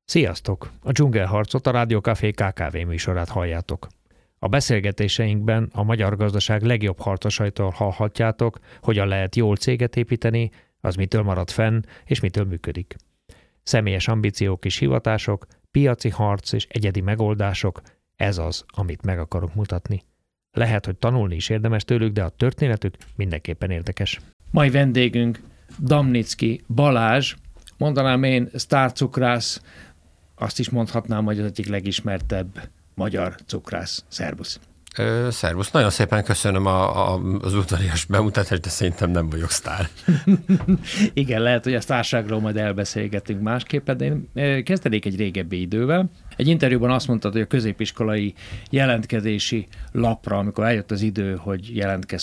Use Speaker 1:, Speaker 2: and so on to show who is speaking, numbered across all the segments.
Speaker 1: Sziasztok! A Dzsungelharcot, a Rádió Café KKV műsorát halljátok. A beszélgetéseinkben a magyar gazdaság legjobb harcosaitól hallhatjátok, hogyan lehet jól céget építeni, az mitől marad fenn, és mitől működik. Személyes ambíciók és hivatások, piaci harc és egyedi megoldások, ez az, amit meg akarok mutatni. Lehet, hogy tanulni is érdemes tőlük, de a történetük mindenképpen érdekes. Mai vendégünk Damnicki Balázs, mondanám én sztárcukrász, azt is mondhatnám, hogy az egyik legismertebb magyar cukrász. Szervusz!
Speaker 2: Szervusz! Nagyon szépen köszönöm az udvarias bemutatást, de szerintem nem vagyok sztár.
Speaker 1: Igen, lehet, hogy a sztárságról majd elbeszélgetünk másképpen, de én kezdenék egy régebbi idővel. Egy interjúban azt mondtad, hogy a középiskolai jelentkezési lapra, amikor eljött az idő, hogy jelentkezz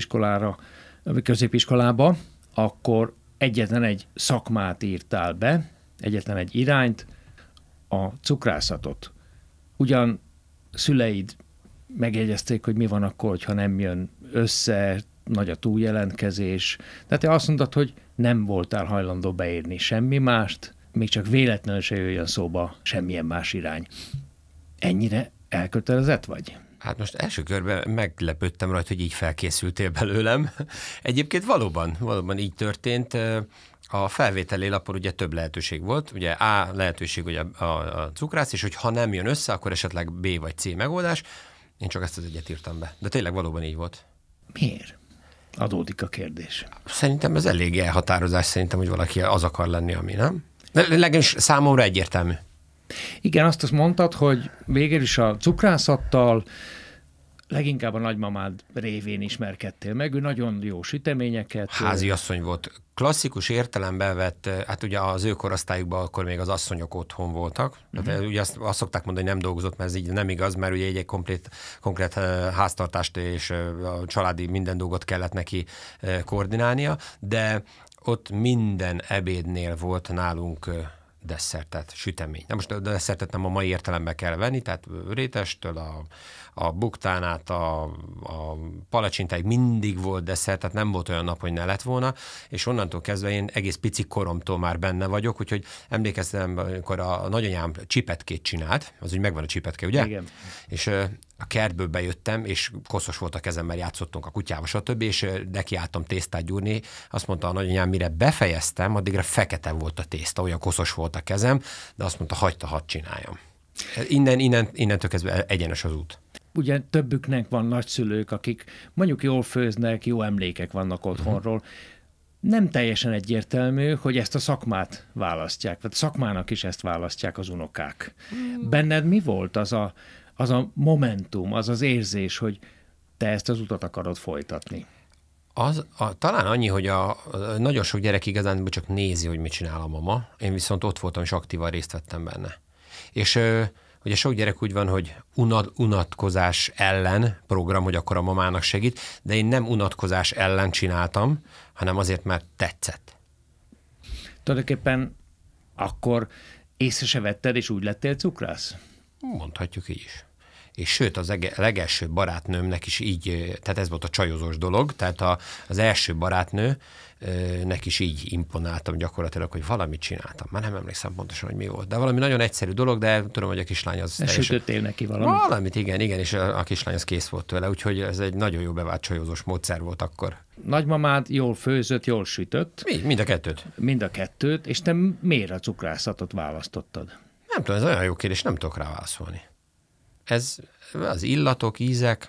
Speaker 1: középiskolába, akkor egyetlen egy szakmát írtál be, egyetlen egy irányt, a cukrászatot. Ugyan szüleid megjegyezték, hogy mi van akkor, hogyha nem jön össze, nagy a túljelentkezés. Tehát te azt mondtad, hogy nem voltál hajlandó beírni semmi mást, még csak véletlenül se jöjjön szóba semmilyen más irány. Ennyire elkötelezett vagy?
Speaker 2: Hát most első körben meglepődtem rajta, hogy így felkészültél belőlem. Egyébként valóban így történt. A felvételi lapon ugye több lehetőség volt. Ugye A lehetőség, hogy a cukrász, és hogy ha nem jön össze, akkor esetleg B vagy C megoldás. Én csak ezt az egyet írtam be. De tényleg valóban így volt.
Speaker 1: Miért? Adódik a kérdés.
Speaker 2: Szerintem ez elég elhatározás, szerintem, hogy valaki az akar lenni, ami nem. De legalábbis számomra egyértelmű.
Speaker 1: Igen, azt mondtad, hogy végül is a cukrászattal leginkább a nagymamád révén ismerkedtél meg, ő nagyon jó süteményeket.
Speaker 2: Háziasszony volt. Klasszikus értelemben vett, hát ugye az ő korosztályukban akkor még az asszonyok otthon voltak. Tehát ugye azt szokták mondani, hogy nem dolgozott, mert ez így nem igaz, mert ugye egy konkrét háztartást és a családi minden dolgot kellett neki koordinálnia, de ott minden ebédnél volt nálunk desszertet, sütemény. Na most a desszertet nem a mai értelemben kell venni, tehát rétestől a buktán át a palacsintáig mindig volt desszert, tehát nem volt olyan nap, hogy ne lett volna, és onnantól kezdve én egész pici koromtól már benne vagyok, úgyhogy emlékeztem, amikor a nagyanyám csipetkét csinált, az úgy megvan a csipetke, ugye?
Speaker 1: Igen.
Speaker 2: És a kertből bejöttem, és koszos volt a kezem, mert játszottunk a kutyával, stb., és nekiálltam tésztát gyúrni. Azt mondta a nagyanyám, mire befejeztem, addigra fekete volt a tészta, olyan koszos volt a kezem, de azt mondta, hagyta, hadd csináljam. Innentől kezdve egyenes az út.
Speaker 1: Ugye többüknek van nagyszülők, akik mondjuk jól főznek, jó emlékek vannak otthonról. Nem teljesen egyértelmű, hogy ezt a szakmát választják, vagy a szakmának is ezt választják az unokák. Benned mi volt az a momentum, az az érzés, hogy te ezt az utat akarod folytatni?
Speaker 2: Talán annyi, hogy nagyon sok gyerek igazán csak nézi, hogy mit csinál a mama. Én viszont ott voltam, és aktívan részt vettem benne. És ugye sok gyerek úgy van, hogy unatkozás ellen program, hogy akkor a mamának segít, de én nem unatkozás ellen csináltam, hanem azért, mert tetszett.
Speaker 1: Tulajdonképpen akkor észre se vetted, és úgy lettél cukrász?
Speaker 2: Mondhatjuk így is. És sőt, az legelső barátnőmnek is így, tehát ez volt a csajozós dolog, tehát az első barátnőnek is így imponáltam gyakorlatilag, hogy valamit csináltam. Már nem emlékszem pontosan, hogy mi volt. De valami nagyon egyszerű dolog, de tudom, hogy a kislány az teljesen...
Speaker 1: Sütöttél neki valamit?
Speaker 2: Valamit, igen, és a kislány az kész volt tőle, úgyhogy ez egy nagyon jó bevált csajozós módszer volt akkor.
Speaker 1: Nagymamád jól főzött, jól sütött.
Speaker 2: Mind a kettőt.
Speaker 1: Mind a kettőt, és te miért a cukrászatot választottad?
Speaker 2: Nem tudom, ez olyan jó kérdés, nem tudok rá válaszolni. Ez az illatok, ízek,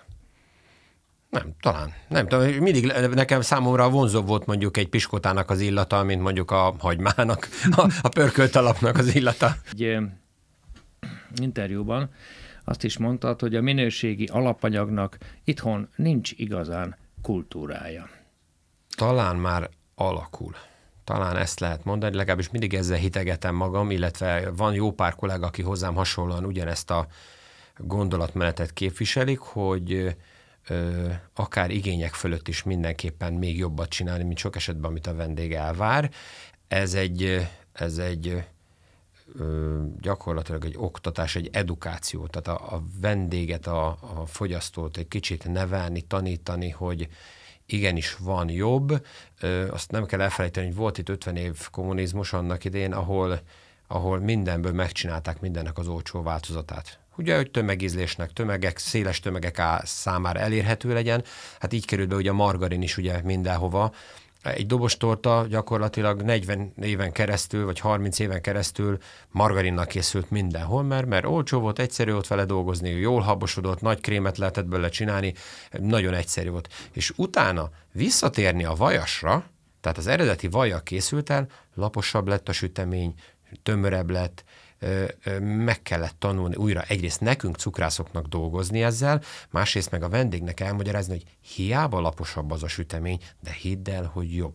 Speaker 2: nem tudom, mindig nekem számomra vonzóbb volt mondjuk egy piskótának az illata, mint mondjuk a hagymának, a pörkölt alapnak az illata. Egy
Speaker 1: interjúban azt is mondtad, hogy a minőségi alapanyagnak itthon nincs igazán kultúrája.
Speaker 2: Talán már alakul. Talán ezt lehet mondani, legalábbis mindig ezzel hitegetem magam, illetve van jó pár kollega, aki hozzám hasonlóan ugyanezt a gondolatmenetet képviselik, hogy akár igények fölött is mindenképpen még jobbat csinálni, mint sok esetben, amit a vendég elvár. Ez egy gyakorlatilag egy oktatás, egy edukáció, tehát a vendéget, a fogyasztót egy kicsit nevelni, tanítani, hogy igenis van jobb. Azt nem kell elfelejteni, hogy volt itt 50 év kommunizmus annak idején, ahol ahol mindenből megcsinálták mindennek az olcsó változatát. Ugye, hogy tömegízlésnek, széles tömegek számára elérhető legyen, hát így került be ugye a margarin is ugye mindenhova. Egy dobos torta gyakorlatilag 40 éven keresztül, vagy 30 éven keresztül margarinnal készült mindenhol, mert olcsó volt, egyszerű volt vele dolgozni, jól habosodott, nagy krémet lehetett belőle csinálni, nagyon egyszerű volt. És utána visszatérni a vajasra, tehát az eredeti vajjal készült el, laposabb lett a sütemény, tömörebb lett, meg kellett tanulni újra egyrészt nekünk cukrászoknak dolgozni ezzel, másrészt meg a vendégnek elmagyarázni, hogy hiába laposabb az a sütemény, de hidd el, hogy jobb.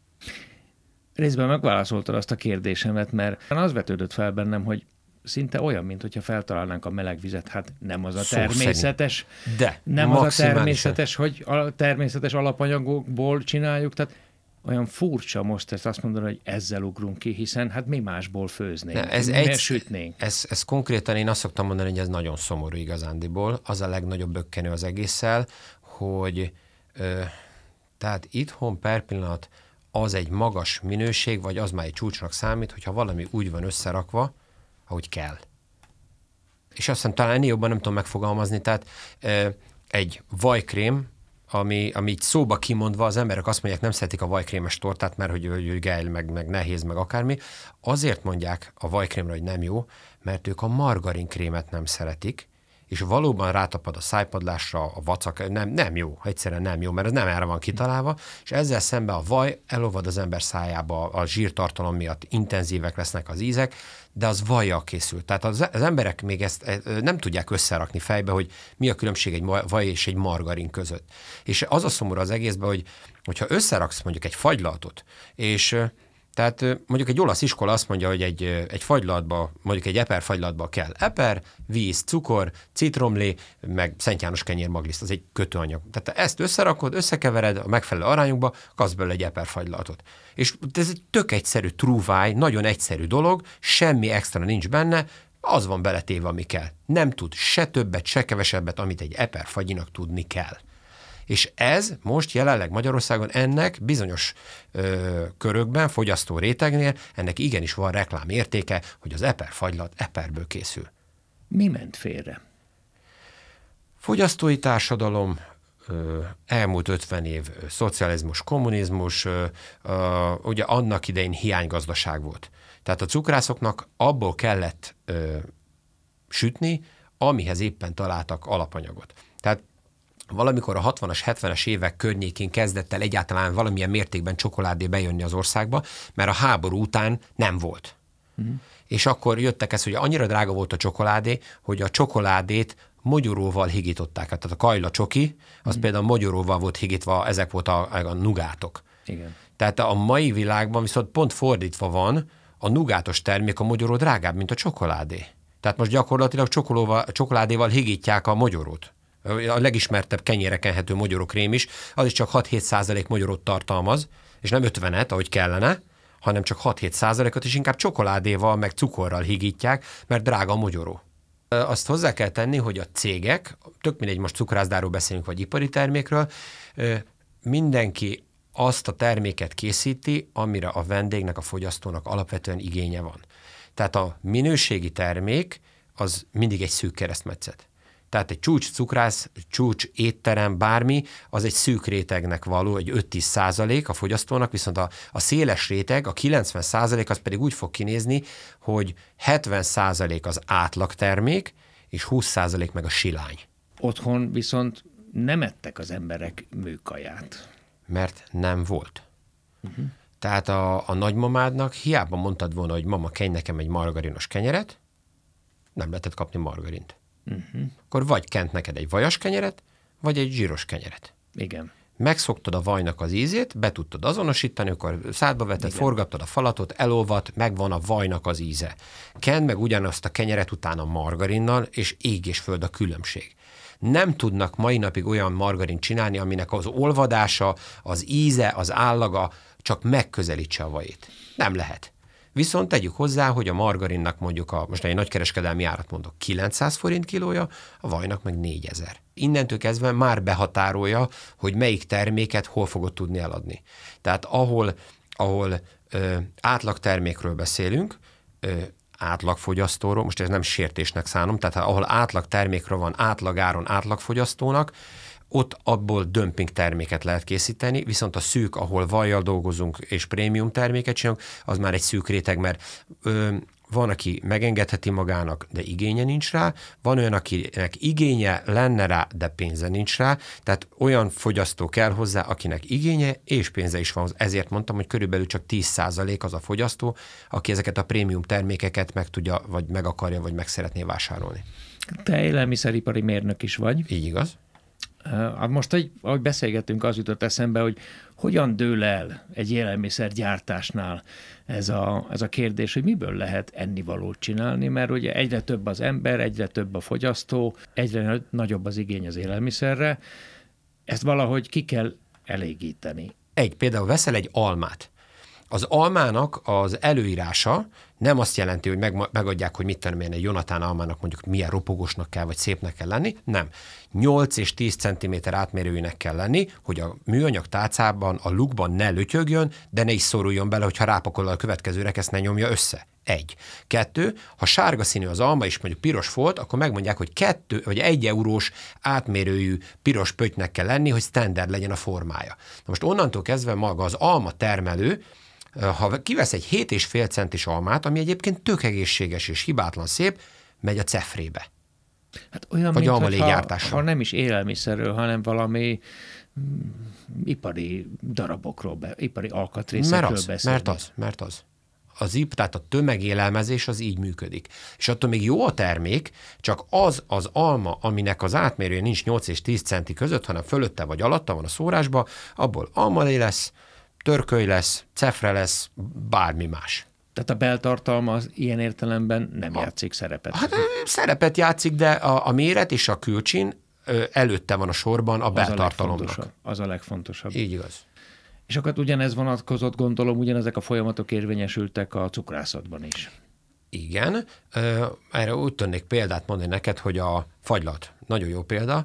Speaker 3: Részben megválaszoltad azt a kérdésemet, mert az vetődött fel bennem, hogy szinte olyan, mint hogyha feltalálnánk a meleg vizet, hát nem az a természetes,
Speaker 2: de
Speaker 3: nem az a természetes, hogy a természetes alapanyagokból csináljuk, tehát olyan furcsa most ezt azt mondani, hogy ezzel ugrunk ki, hiszen hát mi másból főznénk, sütnénk.
Speaker 2: Ez konkrétan én azt szoktam mondani, hogy ez nagyon szomorú igazándiból. Az a legnagyobb bökkenő az egésszel, hogy tehát itthon per pillanat az egy magas minőség, vagy az már egy csúcsnak számít, hogyha valami úgy van összerakva, ahogy kell. És aztán talán ennél jobban nem tudom megfogalmazni, tehát egy vajkrém, ami így szóba kimondva, az emberek azt mondják, nem szeretik a vajkrémes tortát, mert hogy gejl, meg nehéz, meg akármi. Azért mondják a vajkrémre, hogy nem jó, mert ők a margarinkrémet nem szeretik, és valóban rátapad a szájpadlásra, a vacak, nem jó, egyszerűen nem jó, mert ez nem erre van kitalálva, és ezzel szemben a vaj elolvad az ember szájába, a zsírtartalom miatt intenzívek lesznek az ízek, de az vajjal készül. Tehát az emberek még ezt nem tudják összerakni fejbe, hogy mi a különbség egy vaj és egy margarin között. És az a szomorú az egészben, hogyha összeraksz mondjuk egy fagylaltot, és tehát mondjuk egy olasz iskola azt mondja, hogy egy fagylatba, mondjuk egy eper fagylatba kell eper, víz, cukor, citromlé, meg Szent János kenyérmagliszt, az egy kötőanyag. Tehát ezt összerakod, összekevered a megfelelő arányokba, kapsz belőle egy eper fagylatot. És ez egy tök egyszerű trúváj, nagyon egyszerű dolog, semmi extra nincs benne, az van beletéve, ami kell. Nem tud se többet, se kevesebbet, amit egy eper fagyinak tudni kell. És ez most jelenleg Magyarországon ennek bizonyos körökben, fogyasztó rétegnél, ennek igenis van reklámértéke, hogy az eper fagylat eperből készül.
Speaker 3: Mi ment félre?
Speaker 2: Fogyasztói társadalom, elmúlt 50 év szocializmus, kommunizmus, ugye annak idején hiánygazdaság volt. Tehát a cukrászoknak abból kellett sütni, amihez éppen találtak alapanyagot. Tehát valamikor a 60-as, 70-es évek környékén kezdett el egyáltalán valamilyen mértékben csokoládé bejönni az országba, mert a háború után nem volt. És akkor jöttek ez, hogy annyira drága volt a csokoládé, hogy a csokoládét mogyoróval higították. Tehát a kajla csoki, az például mogyoróval volt higítva, ezek volt a nugátok.
Speaker 3: Igen.
Speaker 2: Tehát a mai világban viszont pont fordítva van, a nugátos termék, a mogyoró drágább, mint a csokoládé. Tehát most gyakorlatilag csokoládéval higítják a mogyorót. A legismertebb kenyéreken ehető mogyorókrém is, az is csak 6-7% mogyorót tartalmaz, és nem 50-et, ahogy kellene, hanem csak 6-7%-ot, és inkább csokoládéval, meg cukorral higítják, mert drága a mogyoró. Azt hozzá kell tenni, hogy a cégek, tök mindegy, most cukrászdáról beszélünk, vagy ipari termékről, mindenki azt a terméket készíti, amire a vendégnek, a fogyasztónak alapvetően igénye van. Tehát a minőségi termék az mindig egy szűk keresztmetszet. Tehát egy csúcs cukrász, csúcs étterem, bármi, az egy szűk rétegnek való, egy 5-10% a fogyasztónak, viszont a széles réteg, a 90% az pedig úgy fog kinézni, hogy 70% az átlagtermék, és 20% meg a silány.
Speaker 3: Otthon viszont nem ettek az emberek műkaját.
Speaker 2: Mert nem volt. Tehát a nagymamádnak hiába mondtad volna, hogy mama, kenj nekem egy margarinos kenyeret, nem lehetett kapni margarint. Akkor vagy kent neked egy vajas kenyeret, vagy egy zsíros kenyeret.
Speaker 3: Igen.
Speaker 2: Megszoktad a vajnak az ízét, be tudtad azonosítani, akkor szádba vetted, forgattad a falatot, elolvadt, megvan a vajnak az íze. Kend meg ugyanazt a kenyeret utána margarinnal, és ég és föld a különbség. Nem tudnak mai napig olyan margarint csinálni, aminek az olvadása, az íze, az állaga csak megközelítse a vajét. Nem lehet. Viszont tegyük hozzá, hogy a margarinnak mondjuk, most egy nagykereskedelmi árat mondok, 900 forint kilója, a vajnak meg 4000. Innentől kezdve már behatárolja, hogy melyik terméket hol fogod tudni eladni. Tehát ahol átlagtermékről beszélünk, átlagfogyasztóról, most ez nem sértésnek szánom, tehát ahol átlag termékről van átlagáron átlagfogyasztónak, ott abból dömping terméket lehet készíteni, viszont a szűk, ahol vajjal dolgozunk és prémium terméket csinálunk, az már egy szűk réteg, mert van, aki megengedheti magának, de igénye nincs rá, van olyan, akinek igénye lenne rá, de pénze nincs rá, tehát olyan fogyasztó kell hozzá, akinek igénye és pénze is van. Ezért mondtam, hogy körülbelül csak 10% az a fogyasztó, aki ezeket a prémium termékeket meg tudja, vagy meg akarja, vagy meg szeretné vásárolni.
Speaker 3: Te élelmiszeripari mérnök is vagy.
Speaker 2: Így igaz.
Speaker 3: Most, ahogy beszélgettünk, az jutott eszembe, hogy hogyan dől el egy élelmiszergyártásnál ez a kérdés, hogy miből lehet ennivalót csinálni, mert ugye egyre több az ember, egyre több a fogyasztó, egyre nagyobb az igény az élelmiszerre, ezt valahogy ki kell elégíteni.
Speaker 2: Például veszel egy almát. Az almának az előírása nem azt jelenti, hogy megadják, hogy mit tudom én, egy Jonathan almának mondjuk milyen ropogósnak kell, vagy szépnek kell lenni. Nem. 8 és 10 cm átmérőjének kell lenni, hogy a műanyag tálcában, a lukban ne lötyögjön, de ne is szoruljon bele, hogyha rápakol a következőre, ezt ne nyomja össze. 1. 2. Ha sárga színű az alma, és mondjuk piros folt, akkor megmondják, hogy 2 vagy 1 eurós átmérőjű piros pöttynek kell lenni, hogy standard legyen a formája. Na most onnantól kezdve maga az alma termelő, ha kivesz egy 7,5 centis almát, ami egyébként tök egészséges és hibátlan szép, megy a cefrébe.
Speaker 3: Hát olyan,
Speaker 2: vagy
Speaker 3: almalékgyártásra. Ha nem is élelmiszerről, hanem valami ipari darabokról, ipari alkatrészekről beszélünk.
Speaker 2: Mert az. Tehát a tömegélelmezés az így működik. És attól még jó a termék, csak az alma, aminek az átmérője nincs 8 és 10 centi között, hanem fölötte vagy alatta van a szórásba, abból almalé lesz, törköly lesz, cefre lesz, bármi más.
Speaker 3: Tehát a beltartalma az ilyen értelemben nem játszik szerepet.
Speaker 2: Hát szerepet játszik, de a méret és a külcsin előtte van a sorban a beltartalomnak.
Speaker 3: Az a legfontosabb.
Speaker 2: Így igaz.
Speaker 3: És akkor ugyanez vonatkozott, gondolom, ugyanezek a folyamatok érvényesültek a cukrászatban is.
Speaker 2: Igen. Erre úgy tudnék példát mondani neked, hogy a fagylat, nagyon jó példa,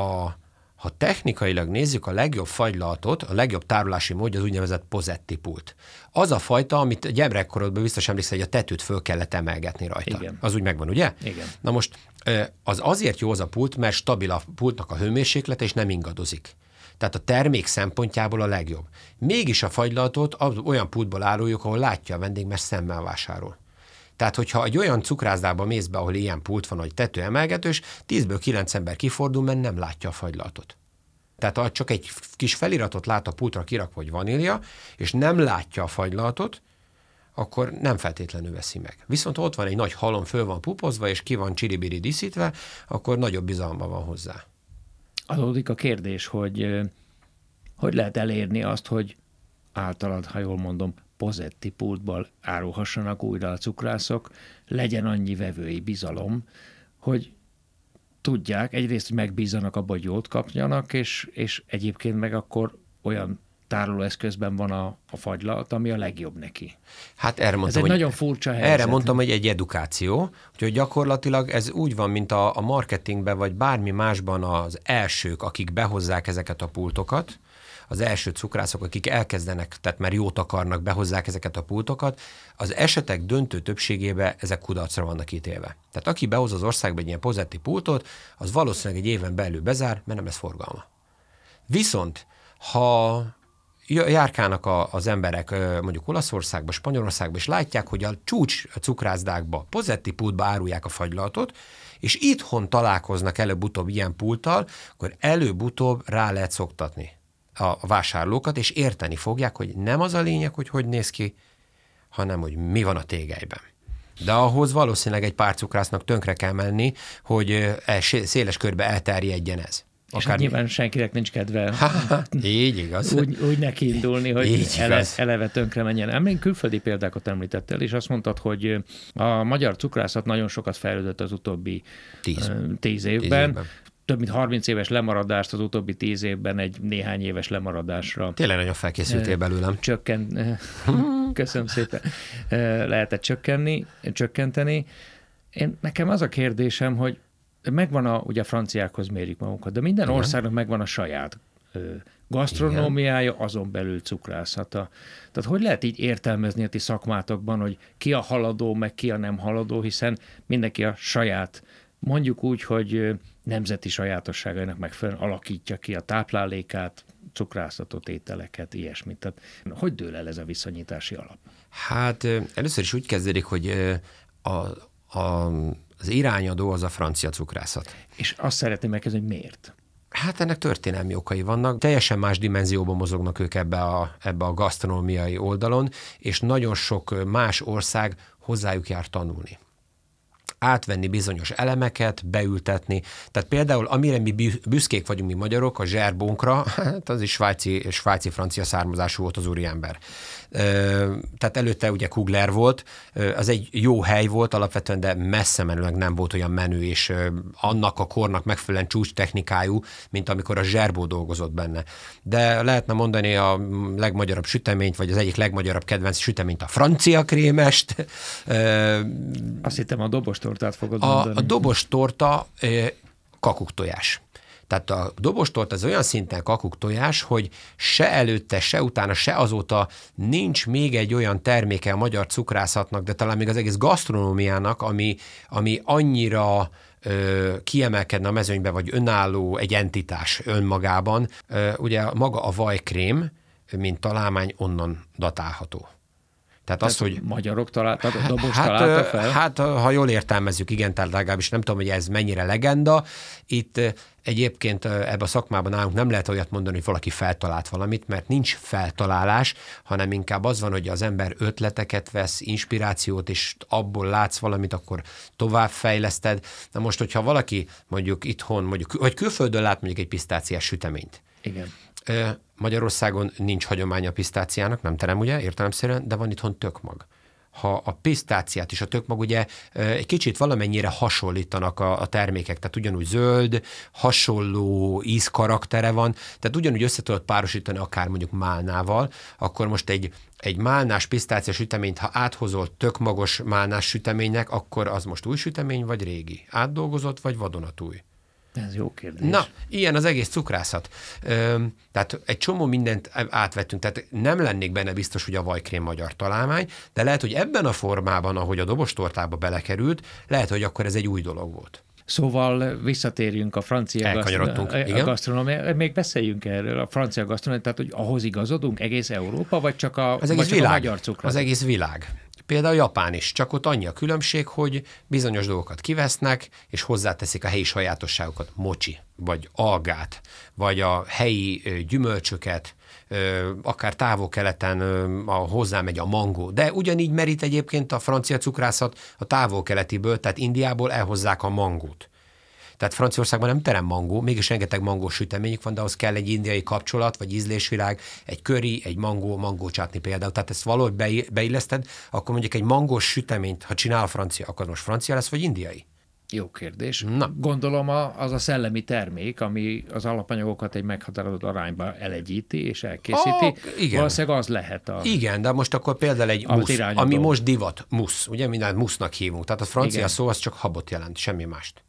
Speaker 2: ha technikailag nézzük, a legjobb fagylaltot, a legjobb tárolási módja az úgynevezett Posetti pult. Az a fajta, amit gyermekkorodban biztos emlékszel, hogy a tetőt föl kellett emelgetni rajta.
Speaker 3: Igen.
Speaker 2: Az úgy megvan, ugye?
Speaker 3: Igen.
Speaker 2: Na most az azért jó az a pult, mert stabil a pultnak a hőmérséklete, és nem ingadozik. Tehát a termék szempontjából a legjobb. Mégis a fagylaltot olyan pultból áruljuk, ahol látja a vendég, mert szemmel vásárol. Tehát, hogyha egy olyan cukrászdába mész be, ahol ilyen pult van, hogy tetőemelgetős, 10-ből 9 ember kifordul, mert nem látja a fagylaltot. Tehát ha csak egy kis feliratot lát a pultra kirakva, hogy vanília, és nem látja a fagylaltot, akkor nem feltétlenül veszi meg. Viszont ott van egy nagy halom, föl van pupozva, és ki van csiribiri díszítve, akkor nagyobb bizalma van hozzá.
Speaker 3: Adódik a kérdés, hogy lehet elérni azt, hogy általad, ha jól mondom, Posetti pultból árulhassanak újra a cukrászok, legyen annyi vevői bizalom, hogy tudják, egyrészt, hogy megbízanak abban, hogy jót kapjanak, és egyébként meg akkor olyan tárolóeszközben van a fagylalt, ami a legjobb neki.
Speaker 2: Hát erre mondtam,
Speaker 3: ez egy nagyon furcsa helyzet.
Speaker 2: Erre mondtam, hogy egy edukáció, úgyhogy gyakorlatilag ez úgy van, mint a marketingben, vagy bármi másban az elsők, akik behozzák ezeket a pultokat, az első cukrászok, akik elkezdenek, tehát már jót akarnak, behozzák ezeket a pultokat, az esetek döntő többségében ezek kudarcra vannak ítélve. Tehát aki behoz az országba egy ilyen Posetti pultot, az valószínűleg egy éven belül bezár, mert nem lesz forgalma. Viszont, ha járkálnak az emberek mondjuk Olaszországba, Spanyolországba, és látják, hogy a csúcs cukrászdákba, Posetti pultba árulják a fagylaltot, és itthon találkoznak előbb-utóbb ilyen pulttal, akkor előbb-utóbb rá lehet szoktatni a vásárlókat, és érteni fogják, hogy nem az a lényeg, hogy néz ki, hanem hogy mi van a tégelyben. De ahhoz valószínűleg egy pár cukrásznak tönkre kell menni, hogy széles körbe elterjedjen ez.
Speaker 3: És hát nyilván senkinek nincs kedve
Speaker 2: így igaz.
Speaker 3: úgy neki indulni, hogy eleve tönkre menjen. Én külföldi példákat említettel, és azt mondtad, hogy a magyar cukrászat nagyon sokat fejlődött az utóbbi 10 évben. Több mint 30 éves lemaradást az utóbbi 10 évben egy néhány éves lemaradásra.
Speaker 2: Tényleg nagyon felkészültél belőlem.
Speaker 3: Köszönöm szépen. Lehetett csökkenteni. Nekem az a kérdésem, hogy megvan ugye a franciákhoz mérjük magunkat, de minden országnak megvan a saját gasztronómiája, azon belül cukrászata. Tehát hogy lehet így értelmezni a ti szakmátokban, hogy ki a haladó, meg ki a nem haladó, hiszen mindenki a saját, mondjuk úgy, hogy nemzeti sajátosságainak megfelelően alakítja ki a táplálékát, cukrászatot, ételeket, ilyesmit. Tehát hogy dől el ez a viszonyítási alap?
Speaker 2: Hát először is úgy kezdődik, hogy az irányadó az a francia cukrászat.
Speaker 3: És azt szeretném megkérdezni, hogy miért?
Speaker 2: Hát ennek történelmi okai vannak. Teljesen más dimenzióban mozognak ők ebbe a gasztronómiai oldalon, és nagyon sok más ország hozzájuk jár tanulni. Átvenni bizonyos elemeket, beültetni. Tehát például, amire mi büszkék vagyunk mi magyarok, a zserbónkra, hát az is svájci-francia származású volt az úriember. Tehát előtte ugye Kugler volt, az egy jó hely volt alapvetően, de messze menőleg nem volt olyan menő, és annak a kornak megfelelően csúcs technikájú, mint amikor a zserbó dolgozott benne. De lehetne mondani a legmagyarabb süteményt, vagy az egyik legmagyarabb kedvenc süteményt, a francia krémest.
Speaker 3: Azt hittem a dobostortát fogod mondani.
Speaker 2: A dobostorta kakuktojás. Tehát a dobostort az olyan szinten kakuktojás, hogy se előtte, se utána, se azóta nincs még egy olyan terméke a magyar cukrászatnak, de talán még az egész gasztronómiának, ami annyira kiemelkedne a mezőnybe, vagy önálló egy entitás önmagában. Ugye maga a vajkrém, mint találmány, onnan datálható. Tehát az, hogy
Speaker 3: magyarok találtak, a dobos találta fel?
Speaker 2: Hát, ha jól értelmezzük, igen, tehát legalábbis nem tudom, hogy ez mennyire legenda. Itt egyébként ebben a szakmában nálunk nem lehet olyat mondani, hogy valaki feltalált valamit, mert nincs feltalálás, hanem inkább az van, hogy az ember ötleteket vesz, inspirációt, és abból látsz valamit, akkor továbbfejleszted. Na most, hogyha valaki mondjuk itthon, vagy külföldön lát mondjuk egy pisztáciás süteményt.
Speaker 3: Igen.
Speaker 2: Magyarországon nincs hagyománya a pisztáciának, nem terem ugye, értelemszerűen, de van itthon tökmag. Ha a pisztáciát és a tökmag ugye egy kicsit valamennyire hasonlítanak a termékek, tehát ugyanúgy zöld, hasonló ízkaraktere van, tehát ugyanúgy össze tudod párosítani akár mondjuk málnával, akkor most egy málnás pisztáciás süteményt, ha áthozol tökmagos málnás süteménynek, akkor az most új sütemény vagy régi? Átdolgozott vagy vadonatúj?
Speaker 3: Ez jó kérdés.
Speaker 2: Na, ilyen az egész cukrászat. Tehát egy csomó mindent átvettünk, tehát nem lennék benne biztos, hogy a vajkrém magyar találmány, de lehet, hogy ebben a formában, ahogy a dobostortába belekerült, lehet, hogy akkor ez egy új dolog volt.
Speaker 3: Szóval visszatérjünk a francia gasztronómiára. Még beszéljünk erről, a francia gasztronómiára, tehát hogy ahhoz igazodunk, egész Európa, vagy csak a magyar cukrászat?
Speaker 2: Az egész világ. Például Japán is, csak ott annyi a különbség, hogy bizonyos dolgokat kivesznek, és hozzáteszik a helyi sajátosságokat, mochi, vagy algát, vagy a helyi gyümölcsöket, akár távol-keleten hozzámegy a mangó. De ugyanígy merít egyébként a francia cukrászat a távol-keletiből, tehát Indiából elhozzák a mangót. Tehát Franciaországban nem terem mangó, mégis rengeteg mangós süteményük van, de ahhoz kell egy indiai kapcsolat, vagy ízlésvilág, egy curry, egy mangó csátni például. Tehát ezt valahogy beilleszted, akkor mondjuk egy mangós süteményt, ha csinál a francia, akkor most francia lesz, vagy indiai?
Speaker 3: Jó kérdés. Na. Gondolom az a szellemi termék, ami az alapanyagokat egy meghatározott arányba elegyíti és elkészíti.
Speaker 2: Igen.
Speaker 3: Valószínűleg az lehet
Speaker 2: Igen, de most akkor például egy musz, ami most divat, musz, ugye mindent musznak hívunk. Tehát a francia szó az csak habot jelent, semmi mást.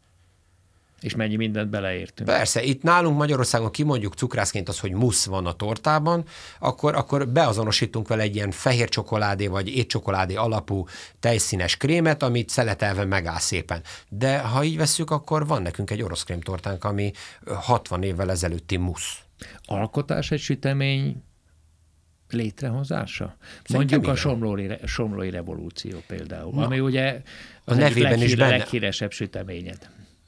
Speaker 3: És mennyi mindent beleértünk.
Speaker 2: Persze, itt nálunk Magyarországon kimondjuk cukrászként az, hogy musz van a tortában, akkor beazonosítunk vele egy ilyen fehér csokoládé vagy étcsokoládé alapú tejszínes krémet, amit szeletelve megáll szépen. De ha így vesszük, akkor van nekünk egy orosz krémtortánk, ami 60 évvel ezelőtti musz.
Speaker 3: Alkotás egy sütemény létrehozása? Mondjuk a somlói revolúció például, ami ugye az egyik leghíresebb süteményed.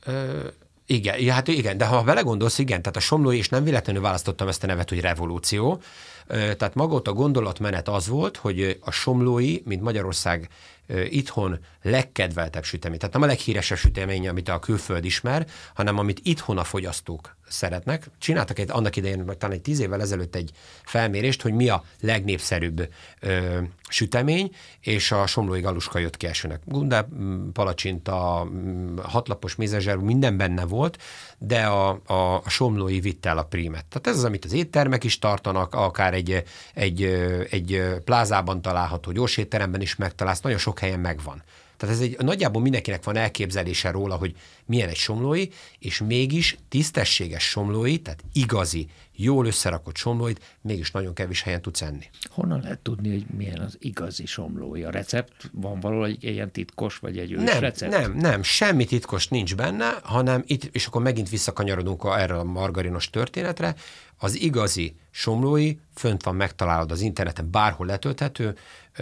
Speaker 2: Igen, hát igen, de ha belegondolsz, igen, tehát a somlói, és nem véletlenül választottam ezt a nevet, hogy revolúció, tehát maga ott a gondolatmenet az volt, hogy a somlói, mint Magyarország itthon legkedveltebb sütemény, tehát nem a leghíresebb sütemény, amit a külföld ismer, hanem amit itthon a fogyasztók szeretnek. Csináltak annak idején, talán egy 10 évvel ezelőtt egy felmérést, hogy mi a legnépszerűbb sütemény, és a somlói galuska jött ki elsőnek. Gundár, palacsinta, hatlapos mézezser, minden benne volt, de a somlói vitte el a prímet. Tehát ez az, amit az éttermek is tartanak, akár egy plázában található gyorsétteremben is megtalálsz, nagyon sok helyen megvan. Tehát ez nagyjából mindenkinek van elképzelése róla, hogy milyen egy somlói, és mégis tisztességes somlói, tehát igazi, jól összerakott somlóit mégis nagyon kevés helyen tudsz enni.
Speaker 3: Honnan lehet tudni, hogy milyen az igazi somlói? A recept van valahogy ilyen titkos, vagy egy ős recept?
Speaker 2: Nem, semmi titkos nincs benne, hanem itt, és akkor megint visszakanyarodunk erre a margarinos történetre, az igazi somlói fönt van, megtalálod az interneten, bárhol letölthető,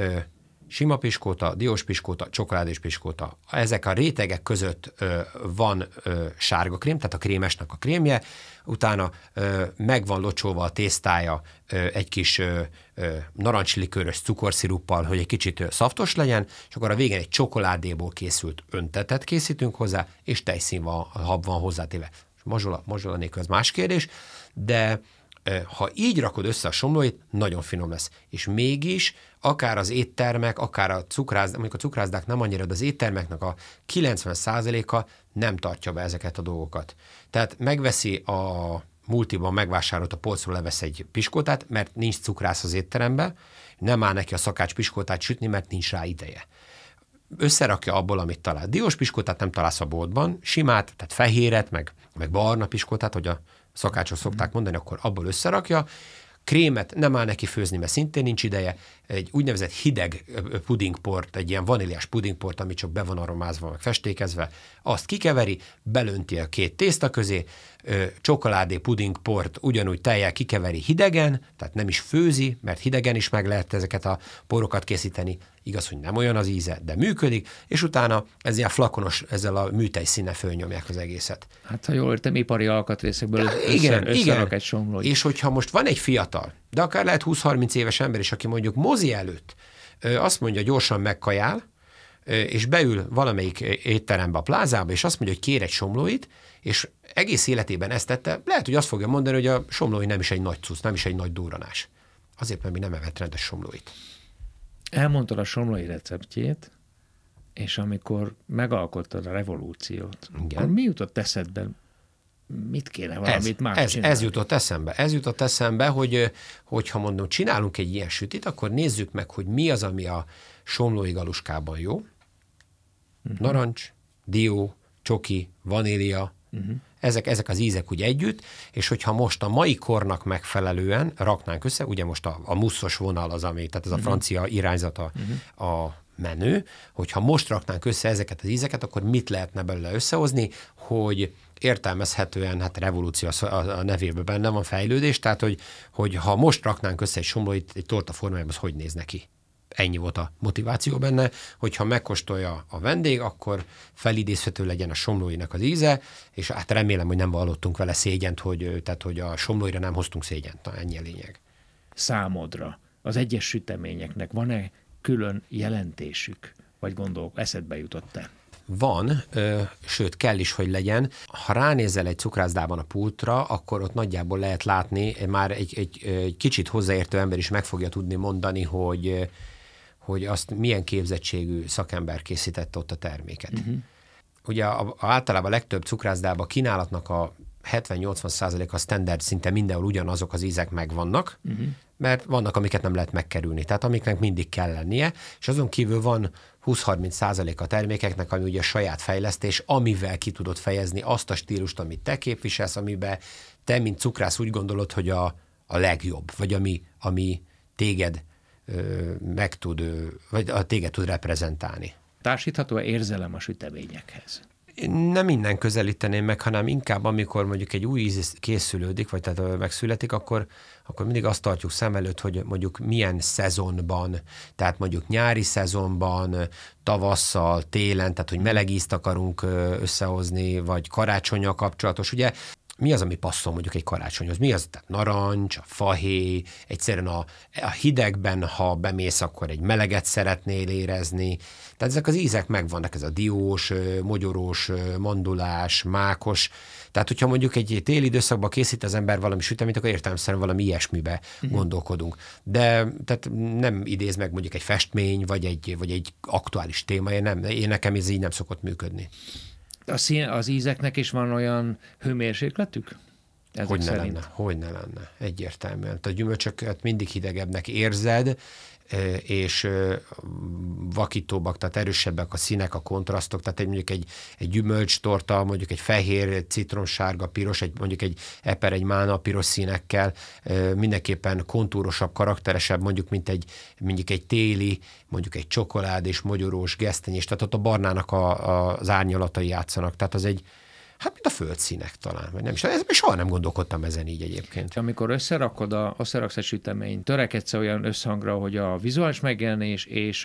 Speaker 2: sima piskóta, diós piskóta, csokoládés piskóta. Ezek a rétegek között van sárga krém, tehát a krémesnek a krémje, utána meg van locsolva a tésztája egy kis narancslikőrös cukorsziruppal, hogy egy kicsit szaftos legyen, és akkor a végén egy csokoládéból készült öntetet készítünk hozzá, és tejszínhab van hozzátéve. Mazsola nélkül az más kérdés, de ha így rakod össze a somlóit, nagyon finom lesz. És mégis akár az éttermek, akár a mondjuk a cukrászdák nem annyira, de az éttermeknek a 90%-a nem tartja be ezeket a dolgokat. Tehát megveszi a multiban megvásárolt a polcról, levesz egy piskótát, mert nincs cukrász az étteremben, nem áll neki a szakács piskótát sütni, mert nincs rá ideje. Összerakja abból, amit talál. Diós piskótát nem találsz a boltban, simát, tehát fehéret, meg barna piskótát, hogy a szakácsok szokták mondani, akkor abból összerakja. Krémet nem áll neki főzni, mert szintén nincs ideje. Egy úgynevezett hideg pudingport, egy ilyen vaníliás pudingport, ami csak be van aromázva, meg festékezve, azt kikeveri, belönti a két tészta közé, csokoládé pudingport ugyanúgy tejjel kikeveri hidegen, tehát nem is főzi, mert hidegen is meg lehet ezeket a porokat készíteni. Igaz, hogy nem olyan az íze, de működik, és utána ez ilyen flakonos, ezzel a műtej színe fölnyomják az egészet.
Speaker 3: Hát, ha jól értem, ipari alkatrészekből összerak egy somlót.
Speaker 2: És hogyha most van egy fiatal, de akár lehet 20-30 éves ember is, aki mondjuk mozi előtt azt mondja, gyorsan megkajál, és beül valamelyik étterembe, a plázába, és azt mondja, hogy kér egy somlóit, és egész életében ezt tette, lehet, hogy azt fogja mondani, hogy a somlói nem is egy nagy cucc, nem is egy nagy durranás. Azért, mert mi nem evett rendes somlóit.
Speaker 3: Elmondtad a somlói receptjét, és amikor megalkottad a revolúciót, akkor mi jutott eszedbe? Mit kéne valamit más csinálni?
Speaker 2: Ez jutott eszembe, hogy ha mondom, csinálunk egy ilyen sütit, akkor nézzük meg, hogy mi az, ami a somlói galuskában jó. Narancs, dió, csoki, vanília, ezek az ízek úgy együtt, és hogyha most a mai kornak megfelelően raknánk össze, ugye most a muszos vonal az, ami, tehát ez a francia irányzata a menő, hogyha most raknánk össze ezeket az ízeket, akkor mit lehetne belőle összehozni, hogy értelmezhetően, hát revolúció a nevében benne van, fejlődés, tehát hogy ha most raknánk össze egy somlóit egy torta formájában, az hogy néz neki? Ennyi volt a motiváció benne, hogyha megkóstolja a vendég, akkor felidézhető legyen a somlóinak az íze, és hát remélem, hogy nem vallottunk vele szégyent, hogy a somlóira nem hoztunk szégyent. Na, ennyi a lényeg.
Speaker 3: Számodra az egyes süteményeknek van-e külön jelentésük, vagy eszedbe jutott-e?
Speaker 2: Van, sőt kell is, hogy legyen. Ha ránézel egy cukrászdában a pultra, akkor ott nagyjából lehet látni, már egy kicsit hozzáértő ember is meg fogja tudni mondani, hogy azt milyen képzettségű szakember készítette ott a terméket. Ugye általában a legtöbb cukrászdában kínálatnak a 70-80% a standard, szinte mindenhol ugyanazok az ízek megvannak, mert vannak, amiket nem lehet megkerülni, tehát amiknek mindig kell lennie, és azon kívül van 20-30% a termékeknek, ami ugye saját fejlesztés, amivel ki tudod fejezni azt a stílust, amit te képviselsz, amiben te, mint cukrász úgy gondolod, hogy a legjobb, vagy ami téged téged tud reprezentálni.
Speaker 3: Társítható-e érzelem a süteményekhez?
Speaker 2: Nem innen közelíteném meg, hanem inkább, amikor mondjuk egy új íz készülődik, vagy tehát megszületik, akkor mindig azt tartjuk szem előtt, hogy mondjuk milyen szezonban, tehát mondjuk nyári szezonban, tavasszal, télen, tehát hogy meleg ízt akarunk összehozni, vagy karácsonnyal kapcsolatos. Ugye mi az, ami passzol mondjuk egy karácsonyhoz? Mi az? Tehát narancs, a fahéj, egyszerűen a hidegben, ha bemész, akkor egy meleget szeretnél érezni. Tehát ezek az ízek megvannak, ez a diós, mogyorós, mandulás, mákos. Tehát, hogyha mondjuk egy téli időszakban készít az ember valami süteményt, akkor értelemszerűen valami ilyesmibe gondolkodunk. De tehát nem idéz meg mondjuk egy festmény, vagy egy aktuális téma. Nekem ez így nem szokott működni.
Speaker 3: Az ízeknek is van olyan hőmérsékletük?
Speaker 2: Hogy ne lenne, egyértelműen. A gyümölcsöket mindig hidegebbnek érzed, és vakítóbbak, tehát erősebbek a színek, a kontrasztok, tehát mondjuk egy gyümölcstorta, mondjuk egy fehér, citromsárga, piros, mondjuk egy eper, egy mána piros színekkel, mindenképpen kontúrosabb, karakteresebb, mondjuk egy téli, mondjuk egy csokolád és mogyorós, gesztenyés, tehát ott a barnának az árnyalatai játszanak, tehát az egy, hát mint a földszínek talán, vagy nem is. Soha nem gondolkodtam ezen így egyébként.
Speaker 3: Amikor összeraksz egy süteményt, törekedsz olyan összhangra, hogy a vizuális megjelenés és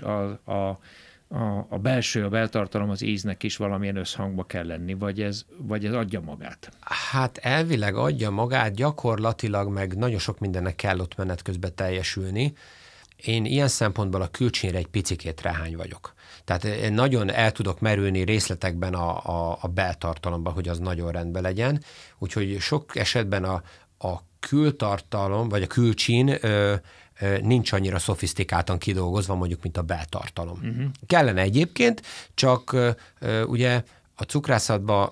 Speaker 3: a belső, a beltartalom, az íznek is valamilyen összhangba kell lenni, vagy ez adja magát?
Speaker 2: Hát elvileg adja magát, gyakorlatilag meg nagyon sok mindennek kell ott menet közben teljesülni. Én ilyen szempontból a külcsínre egy picikét rehány vagyok. Tehát én nagyon el tudok merülni részletekben a beltartalomban, hogy az nagyon rendben legyen. Úgyhogy sok esetben a kültartalom, vagy a külcsín nincs annyira szofisztikáltan kidolgozva, mondjuk, mint a beltartalom. Uh-huh. Kellene egyébként, csak ugye a cukrászatban,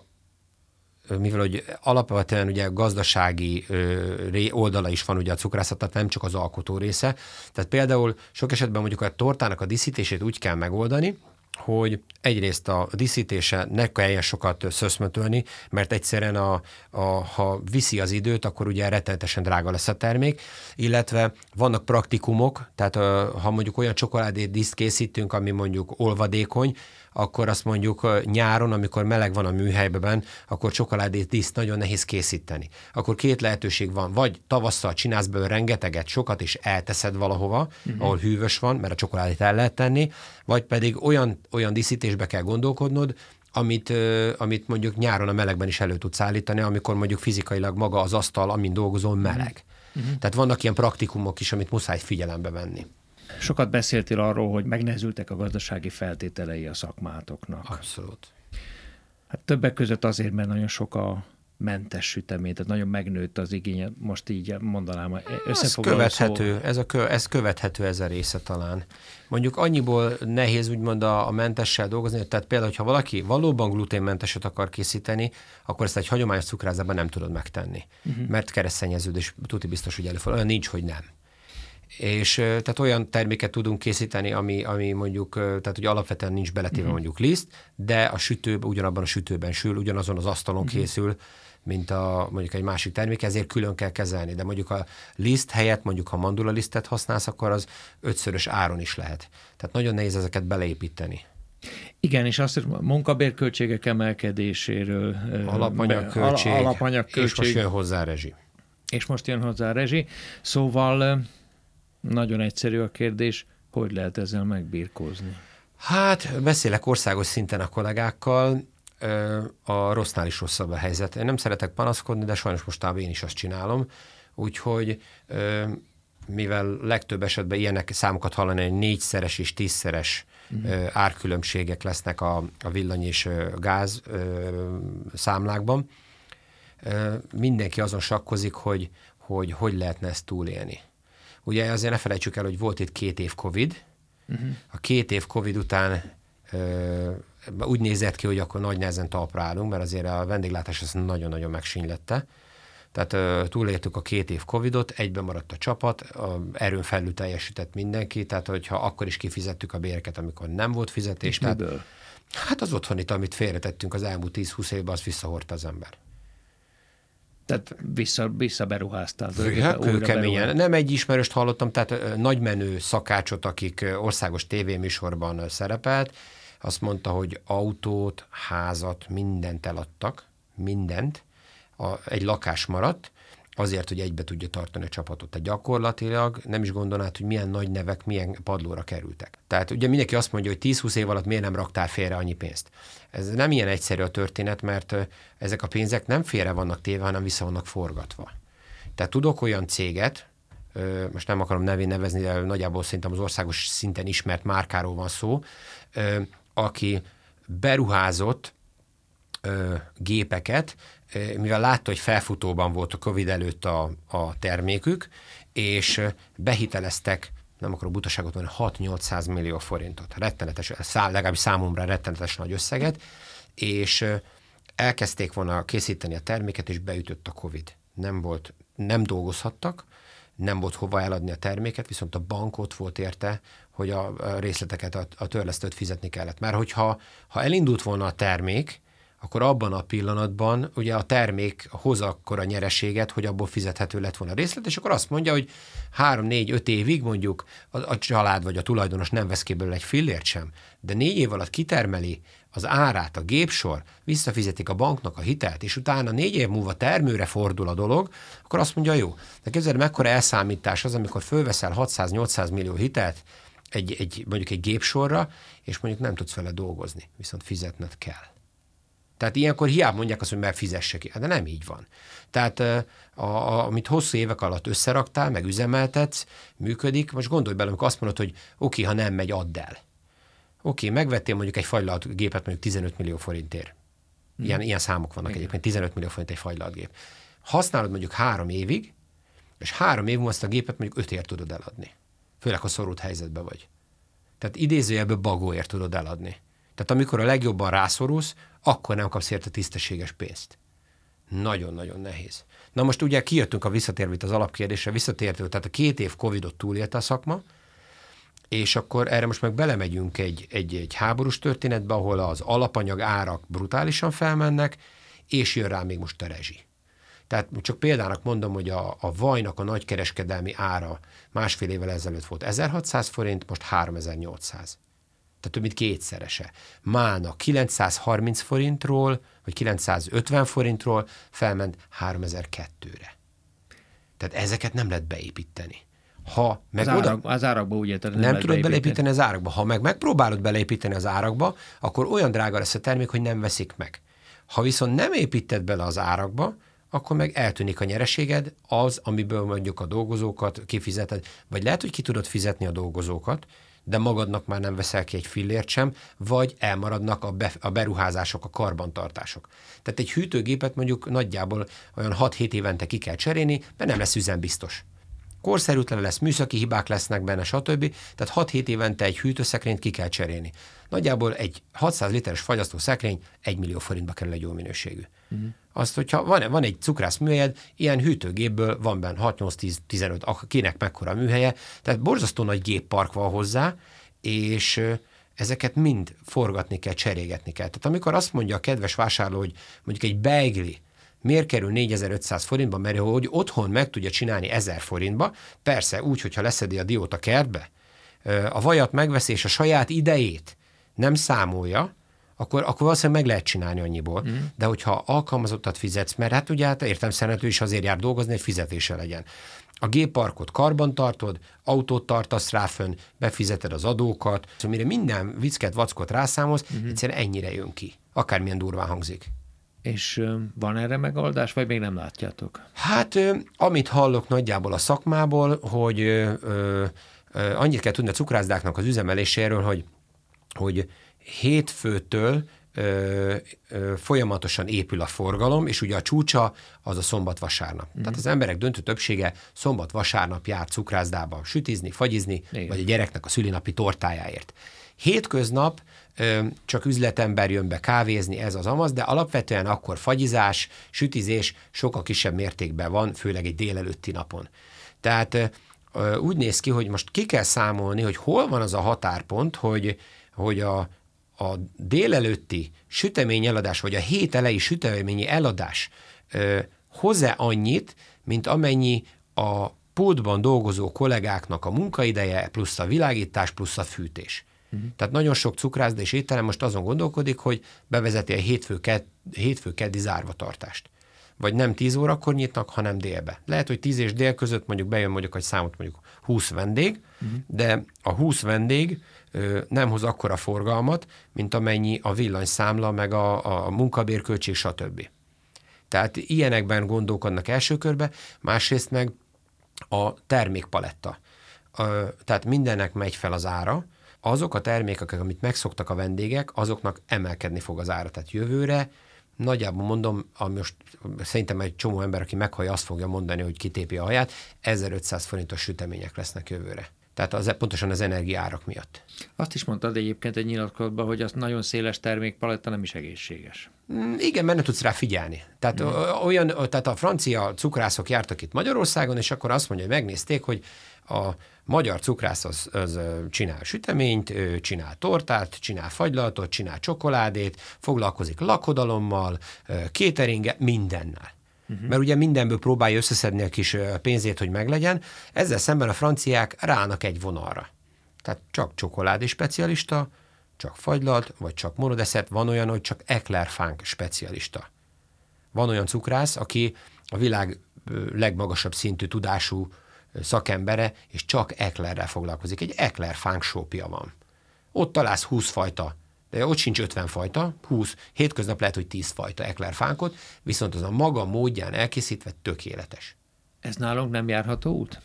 Speaker 2: mivel hogy alapvetően ugye gazdasági oldala is van ugye a cukrászatnak, nem csak az alkotó része. Tehát például sok esetben mondjuk a tortának a díszítését úgy kell megoldani, hogy egyrészt a díszítése ne kelljen sokat szöszmötölni, mert egyszerűen ha viszi az időt, akkor ugye rettenetesen drága lesz a termék, illetve vannak praktikumok, tehát ha mondjuk olyan csokoládét díszt készítünk, ami mondjuk olvadékony, akkor azt mondjuk nyáron, amikor meleg van a műhelyben, akkor csokoládét díszt nagyon nehéz készíteni. Akkor két lehetőség van, vagy tavasszal csinálsz belőle rengeteget, sokat, és elteszed valahova, ahol hűvös van, mert a csokoládét el lehet tenni, vagy pedig olyan díszítésbe kell gondolkodnod, amit mondjuk nyáron a melegben is elő tudsz állítani, amikor mondjuk fizikailag maga az asztal, amin dolgozol, meleg. Tehát vannak ilyen praktikumok is, amit muszáj figyelembe venni.
Speaker 3: Sokat beszéltél arról, hogy megnehezültek a gazdasági feltételei a szakmátoknak.
Speaker 2: Abszolút.
Speaker 3: Hát többek között azért, mert nagyon sok a mentes sütemény, tehát nagyon megnőtt az igény, most így mondanám, összefoglaló szó.
Speaker 2: Ez követhető ez a része talán. Mondjuk annyiból nehéz úgymond a mentessel dolgozni, tehát például, hogyha valaki valóban gluténmenteset akar készíteni, akkor ezt egy hagyományos cukrászatban nem tudod megtenni. Mert keresztszennyeződés tuti biztos, hogy előfordul. Olyan nincs, hogy nem. És tehát olyan terméket tudunk készíteni, ami mondjuk, tehát hogy alapvetően nincs beletéve mondjuk liszt, de a sütőben, ugyanabban a sütőben sül, ugyanazon az asztalon készül, mint mondjuk egy másik termék, ezért külön kell kezelni. De mondjuk a liszt helyett, mondjuk ha mandula lisztet használsz, akkor az 5-szörös áron is lehet. Tehát nagyon nehéz ezeket beleépíteni.
Speaker 3: Igen, és azt, hogy munkabérköltségek emelkedéséről,
Speaker 2: alapanyagköltség, és most jön hozzá a rezsi. Szóval nagyon egyszerű a kérdés, hogy lehet ezzel megbirkózni? Hát beszélek országos szinten a kollégákkal, a rossznál is rosszabb a helyzet. Én nem szeretek panaszkodni, de sajnos mostában én is azt csinálom, úgyhogy mivel legtöbb esetben ilyenek számokat hallani, hogy 4-szeres és 10-szeres árkülönbségek lesznek a villany és gáz számlákban, mindenki azon sakkozik, hogy lehetne ezt túlélni. Ugye azért ne felejtsük el, hogy volt itt 2 év Covid. A 2 év Covid után úgy nézett ki, hogy akkor nagy nehezen talpra állunk, mert azért a vendéglátás ezt nagyon-nagyon megsínylette. Tehát túléltük a 2 év Covidot, egyben maradt a csapat, erőn felül teljesített mindenki, tehát hogyha akkor is kifizettük a béreket, amikor nem volt fizetés.
Speaker 3: És miből?
Speaker 2: Hát az otthonit, amit félretettünk az elmúlt 10-20 évben, azt visszahordta az ember.
Speaker 3: Tehát visszaberuháztál.
Speaker 2: Kőkeményen. Nem egy ismerőst hallottam, tehát nagymenő szakácsot, akik országos tévéműsorban szerepelt, azt mondta, hogy autót, házat, mindent eladtak, mindent, egy lakás maradt, azért, hogy egybe tudja tartani a csapatot. Tehát gyakorlatilag nem is gondolnád, hogy milyen nagy nevek, milyen padlóra kerültek. Tehát ugye mindenki azt mondja, hogy 10-20 év alatt miért nem raktál félre annyi pénzt. Ez nem ilyen egyszerű a történet, mert ezek a pénzek nem félre vannak téve, hanem vissza vannak forgatva. Tehát tudok olyan céget, most nem akarom nevén nevezni, de nagyjából szerintem az országos szinten ismert márkáról van szó, aki beruházott gépeket, mivel látta, hogy felfutóban volt a Covid előtt a termékük, és behiteleztek, nem akarok butaságot mondani, 6-800 millió forintot. Rettenetes, legalábbis számomra rettenetes nagy összeget, és elkezdték volna készíteni a terméket, és beütött a Covid. Nem dolgozhattak, nem volt hova eladni a terméket, viszont a bank ott volt érte, hogy a részleteket, a törlesztőt fizetni kellett. Mert hogyha elindult volna a termék, akkor abban a pillanatban ugye a termék hoz akkor a nyereséget, hogy abból fizethető lett volna a részlet, és akkor azt mondja, hogy 3-4-5 évig mondjuk a család vagy a tulajdonos nem vesz ki belőle egy fillért sem, de 4 év alatt kitermeli az árát, a gépsor, visszafizetik a banknak a hitelt, és utána 4 év múlva termőre fordul a dolog, akkor azt mondja, jó, de képzeld, mekkora elszámítás az, amikor fölveszel 600-800 millió hitelt mondjuk egy gépsorra, és mondjuk nem tudsz vele dolgozni, viszont fizetned kell. Tehát ilyenkor hiába mondják azt, hogy mert fizesse ki. De nem így van. Tehát amit hosszú évek alatt összeraktál, meg üzemeltetsz, működik, most gondolj bele, amikor azt mondod, hogy oké, ha nem megy, add el. Oké, megvettél mondjuk egy fagylalt gépet mondjuk 15 millió forintért. Ilyen számok vannak egyébként, 15 millió forint egy fagylalt gép. Használod mondjuk 3 évig, és 3 év múlva azt a gépet mondjuk 5-ért tudod eladni. Főleg, ha szorult helyzetben vagy. Tehát idézőjelből bagóért tudod eladni. Tehát amikor a legjobban rászorulsz, akkor nem kapsz érte tisztességes pénzt. Nagyon-nagyon nehéz. Na most ugye kijöttünk visszatérve az alapkérdésre, visszatértünk, tehát a 2 év Covidot túlélte a szakma, és akkor erre most meg belemegyünk egy háborús történetbe, ahol az alapanyag árak brutálisan felmennek, és jön rá még most a rezsi. Tehát csak példának mondom, hogy a vajnak a nagykereskedelmi ára 1,5 évvel ezelőtt volt 1600 forint, most 3800. Tehát több mint 2-szerese. Mána 930 forintról, vagy 950 forintról felment 3002-re. Tehát ezeket nem lehet beépíteni. Ha meg
Speaker 3: az árakba ugye
Speaker 2: nem tudod beleépíteni az árakba. Ha meg megpróbálod beleépíteni az árakba, akkor olyan drága lesz a termék, hogy nem veszik meg. Ha viszont nem építed bele az árakba, akkor meg eltűnik a nyereséged, az, amiből mondjuk a dolgozókat kifizeted, vagy lehet, hogy ki tudod fizetni a dolgozókat, de magadnak már nem veszel ki egy fillért sem, vagy elmaradnak a beruházások, a karbantartások. Tehát egy hűtőgépet mondjuk nagyjából olyan 6-7 évente ki kell cserélni, mert nem lesz üzembiztos. Korszerűtlen lesz, műszaki hibák lesznek benne, stb. Tehát 6-7 évente egy hűtőszekrényt ki kell cserélni. Nagyjából egy 600 literes fagyasztó szekrény 1 millió forintba kerül egy jó minőségű. Azt, hogyha van egy cukrász műhelyed, ilyen hűtőgépből van benne 6-8-10-15, kinek mekkora a műhelye, tehát borzasztó nagy géppark van hozzá, és ezeket mind forgatni kell, cserégetni kell. Tehát amikor azt mondja a kedves vásárló, hogy mondjuk egy beigli miért kerül 4500 forintba, mert hogy otthon meg tudja csinálni 1000 forintba, persze úgy, hogyha leszedi a diót a kertbe, a vajat megveszi és a saját idejét nem számolja, akkor valószínűleg meg lehet csinálni annyiból. De hogyha alkalmazottat fizetsz, mert hát ugye értelemszerűen ő is azért jár dolgozni, hogy fizetése legyen. A gépparkot karbantartod, autót tartasz rá fönn, befizeted az adókat, szóval mire minden viccet, vackot rászámolsz, egyszerűen ennyire jön ki. Akármilyen durván hangzik.
Speaker 3: És van erre megoldás, vagy még nem látjátok?
Speaker 2: Hát, amit hallok nagyjából a szakmából, hogy annyit kell tudni a cukrászdáknak az üzemeléséről, hogy hétfőtől folyamatosan épül a forgalom, és ugye a csúcsa az a szombat-vasárnap. Tehát az emberek döntő többsége szombat-vasárnap jár cukrászdába sütizni, fagyizni, igen, vagy a gyereknek a szülinapi tortájáért. Hétköznap csak üzletember jön be kávézni, ez az amaz, de alapvetően akkor fagyizás, sütizés sokkal kisebb mértékben van, főleg egy délelőtti napon. Tehát úgy néz ki, hogy most ki kell számolni, hogy hol van az a határpont, hogy a délelőtti sütemény eladás, vagy a hét elejé süteményi eladás hozzá annyit, mint amennyi a pultban dolgozó kollégáknak a munkaideje, plusz a világítás, plusz a fűtés. Tehát nagyon sok cukrászda és étterem most azon gondolkodik, hogy bevezeti a hétfő-keddi zárvatartást. Vagy nem 10 órakor nyitnak, hanem délbe. Lehet, hogy 10 és dél között mondjuk bejön mondjuk egy számot, mondjuk 20 vendég, de a 20 vendég nem hoz akkora forgalmat, mint amennyi a villanyszámla, meg a munkabérköltség, stb. Tehát ilyenekben gondolkodnak első körbe, másrészt meg a termékpaletta. Tehát mindennek megy fel az ára, azok a termékek, amit megszoktak a vendégek, azoknak emelkedni fog az ára. Tehát jövőre, nagyjából mondom, most szerintem egy csomó ember, aki meghallja, azt fogja mondani, hogy kitépi a haját, 1500 forintos sütemények lesznek jövőre. Tehát pontosan az energiaárak miatt.
Speaker 3: Azt is mondtad egyébként egy nyilatkozatban, hogy az nagyon széles termékpaletta nem is egészséges.
Speaker 2: Igen, mert nem tudsz rá figyelni. Tehát, tehát a francia cukrászok jártak itt Magyarországon, és akkor azt mondja, hogy megnézték, hogy a magyar cukrász az csinál süteményt, csinál tortát, csinál fagylaltot, csinál csokoládét, foglalkozik lakodalommal, cateringgel, mindennel. Mert ugye mindenből próbálja összeszedni a kis pénzét, hogy meglegyen. Ezzel szemben a franciák rának egy vonalra. Tehát csak csokoládé specialista, csak fagylalt, vagy csak monodeszert, van olyan, hogy csak eclair-fánk specialista. Van olyan cukrász, aki a világ legmagasabb szintű tudású szakembere, és csak eclairrel foglalkozik. Egy eclair-fánk shopja van. Ott találsz 20 fajta, de ott sincs 50 fajta, 20, hétköznap lehet, hogy 10 fajta eclair-fánkot, viszont az a maga módján elkészítve tökéletes.
Speaker 3: Ez nálunk nem járható út?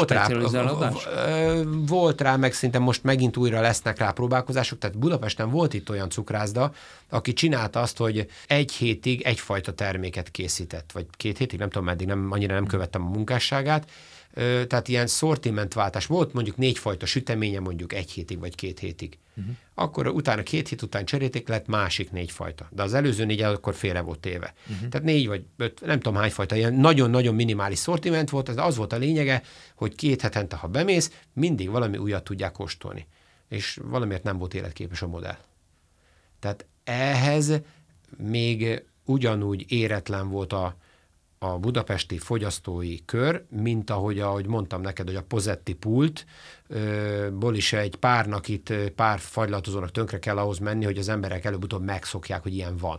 Speaker 2: Volt rá, meg szerintem most megint újra lesznek rá próbálkozások, tehát Budapesten volt itt olyan cukrászda, aki csinálta azt, hogy egy hétig egyfajta terméket készített, vagy 2 hétig, nem tudom meddig, annyira nem követtem a munkásságát, tehát ilyen szortimentváltás. Volt mondjuk 4 fajta süteménye mondjuk 1 hétig, vagy 2 hétig. Akkor utána 2 hét után cserélték, lett másik 4 fajta. De az előző 4 akkor félre volt téve. Tehát 4 vagy 5, nem tudom hány fajta, ilyen nagyon-nagyon minimális szortiment volt, de az volt a lényege, hogy 2 hetente, ha bemész, mindig valami újat tudják kóstolni. És valamiért nem volt életképes a modell. Tehát ehhez még ugyanúgy éretlen volt a budapesti fogyasztói kör, mint ahogy mondtam neked, hogy a Posetti pultból is egy párnak itt, pár fagylaltozónak tönkre kell ahhoz menni, hogy az emberek előbb-utóbb megszokják, hogy ilyen van.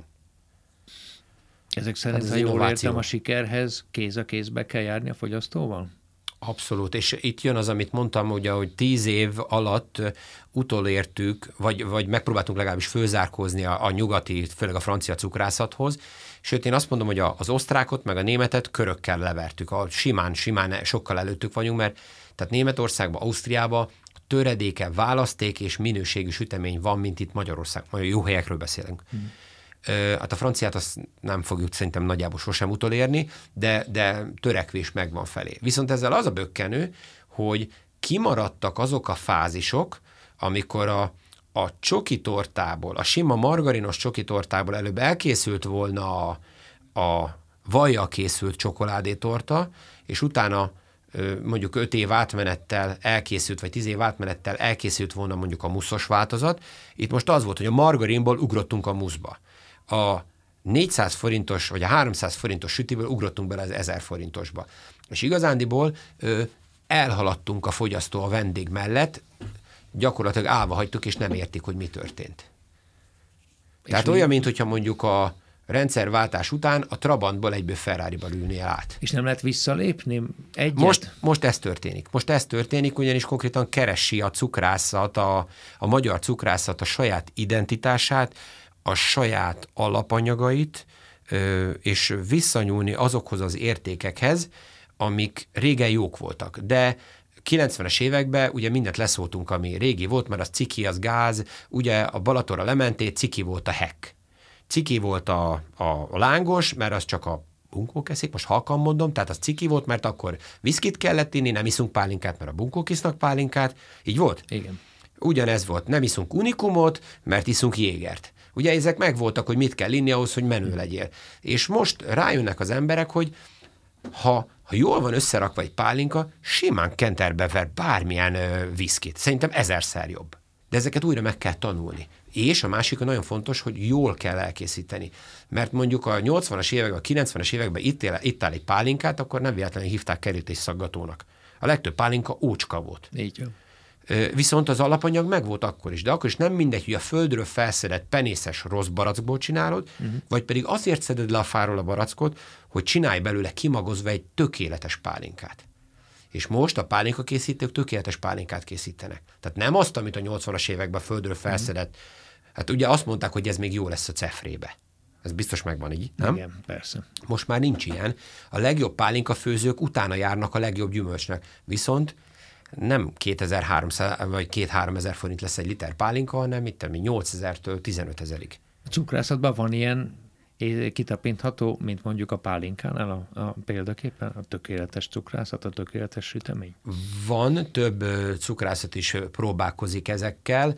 Speaker 3: Ezek szerint, ha jól értem, a sikerhez kéz a kézbe kell járni a fogyasztóval?
Speaker 2: Abszolút, és itt jön az, amit mondtam, ugye, hogy 10 év alatt utolértük, vagy megpróbáltunk legalábbis fölzárkózni a nyugati, főleg a francia cukrászathoz, sőt, én azt mondom, hogy az osztrákot meg a németet körökkel levertük, simán sokkal előttük vagyunk, mert tehát Németországban, Ausztriában töredéke választék és minőségű sütemény van, mint itt Magyarországon. Jó helyekről beszélünk. Hát a franciát azt nem fogjuk szerintem nagyjából sosem utolérni, de törekvés megvan felé. Viszont ezzel az a bökkenő, hogy kimaradtak azok a fázisok, amikor a csokitortából, a sima margarinos csokitortából előbb elkészült volna a vajjal készült csokoládétorta, és utána mondjuk 5 év átmenettel elkészült, vagy 10 év átmenettel elkészült volna mondjuk a muszos változat. Itt most az volt, hogy a margarinból ugrottunk a muszba. A 400 forintos, vagy a 300 forintos sütiből ugrottunk bele az 1000 forintosba. És igazándiból elhaladtunk a fogyasztó a vendég mellett, gyakorlatilag állva hagytuk, és nem értik, hogy mi történt. Tehát olyan, mint hogyha mondjuk a rendszerváltás után a Trabantból egyből Ferrariba ülnél át.
Speaker 3: És nem lehet visszalépni egyet?
Speaker 2: Most ez történik. Most ez történik, ugyanis konkrétan keresi a cukrászat, a magyar cukrászat a saját identitását, a saját alapanyagait, és visszanyúlni azokhoz az értékekhez, amik régen jók voltak. De 90-es években ugye mindent leszóltunk, ami régi volt, mert az ciki, az gáz, ugye a Balatonra lementél, ciki volt a hek. Ciki volt a lángos, mert az csak a bunkók eszik, most halkan mondom, tehát az ciki volt, mert akkor viszkit kellett inni, nem iszunk pálinkát, mert a bunkók isznak pálinkát. Így volt?
Speaker 3: Igen.
Speaker 2: Ugyanez volt, nem iszunk unikumot, mert iszunk jégert. Ugye ezek megvoltak, hogy mit kell inni ahhoz, hogy menő legyél. És most rájönnek az emberek, hogy ha jól van összerakva egy pálinka, simán kenterbe ver bármilyen viszkit. Szerintem 1000-szer jobb. De ezeket újra meg kell tanulni. És a másik nagyon fontos, hogy jól kell elkészíteni. Mert mondjuk a 80-as években, a 90-es években itt áll egy pálinkát, akkor nem véletlenül hívták kerítésszaggatónak. A legtöbb pálinka ócska volt.
Speaker 3: Így jó.
Speaker 2: Viszont az alapanyag megvolt akkor is, de akkor is nem mindegy, hogy a földről felszedett penészes rossz barackból csinálod, vagy pedig azért szeded le a fáról a barackot, hogy csinálj belőle kimagozva egy tökéletes pálinkát. És most a pálinka készítők tökéletes pálinkát készítenek. Tehát nem azt, amit a 80-as években a földről felszedett. Hát ugye azt mondták, hogy ez még jó lesz a cefrébe. Ez biztos megvan így, nem?
Speaker 3: Igen, persze.
Speaker 2: Most már nincs ilyen. A legjobb pálinkafőzők utána járnak a legjobb gyümölcsnek. Viszont nem 2300 vagy 2-3 000 forint lesz egy liter pálinka, hanem itt 8000-től 15 000-ig.
Speaker 3: A cukrászatban van ilyen kitapintható, mint mondjuk a pálinkánál a példaképpen a tökéletes cukrászat, a tökéletes sütemény?
Speaker 2: Van, több cukrászat is próbálkozik ezekkel.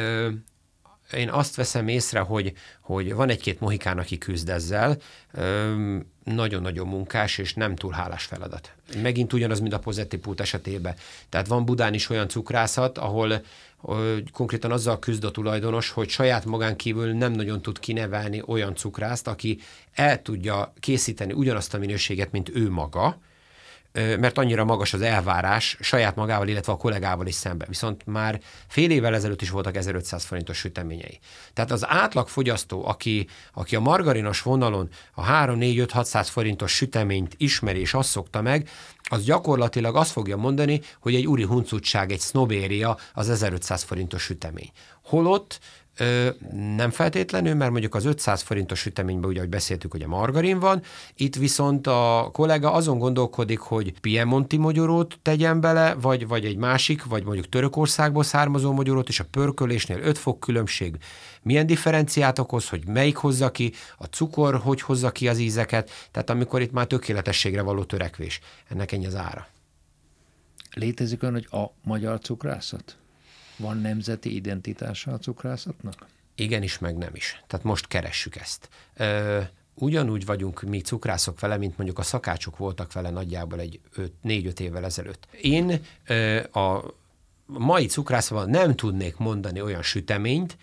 Speaker 2: Én azt veszem észre, hogy van egy-két mohikán, aki küzd ezzel, nagyon-nagyon munkás és nem túl hálás feladat. Megint ugyanaz, mint a Posetti Pult esetében. Tehát van Budán is olyan cukrászat, ahol konkrétan azzal küzd a tulajdonos, hogy saját magán kívül nem nagyon tud kinevelni olyan cukrászt, aki el tudja készíteni ugyanazt a minőséget, mint ő maga, mert annyira magas az elvárás saját magával, illetve a kollégával is szemben. Viszont már fél évvel ezelőtt is voltak 1500 forintos süteményei. Tehát az átlag fogyasztó, aki a margarinos vonalon a 3-4-5-600 forintos süteményt ismeri és azt szokta meg, az gyakorlatilag azt fogja mondani, hogy egy úri huncutság, egy sznobéria az 1500 forintos sütemény. Holott nem feltétlenül, mert mondjuk az 500 forintos süteményben, ugye, ahogy beszéltük, hogy a margarin van, itt viszont a kollega azon gondolkodik, hogy piemonti mogyorót tegyen bele, vagy egy másik, vagy mondjuk Törökországból származó mogyorót, és a pörkölésnél 5 fok különbség milyen differenciát okoz, hogy melyik hozza ki, a cukor hogy hozza ki az ízeket, tehát amikor itt már tökéletességre való törekvés. Ennek ennyi az ára.
Speaker 3: Létezik olyan, hogy a magyar cukrászat? Van nemzeti identitása a cukrászatnak?
Speaker 2: Igenis, meg nem is. Tehát most keressük ezt. Ugyanúgy vagyunk mi cukrászok vele, mint mondjuk a szakácsok voltak vele nagyjából egy 4-5 évvel ezelőtt. Én a mai cukrászval nem tudnék mondani olyan süteményt,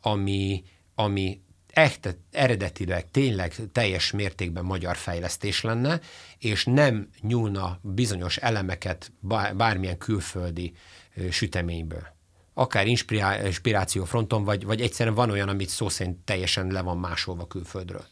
Speaker 2: ami eredetileg tényleg teljes mértékben magyar fejlesztés lenne, és nem nyúlna bizonyos elemeket bármilyen külföldi süteményből. Akár inspiráció fronton, vagy egyszerűen van olyan, amit szó szerint teljesen le van másolva külföldről.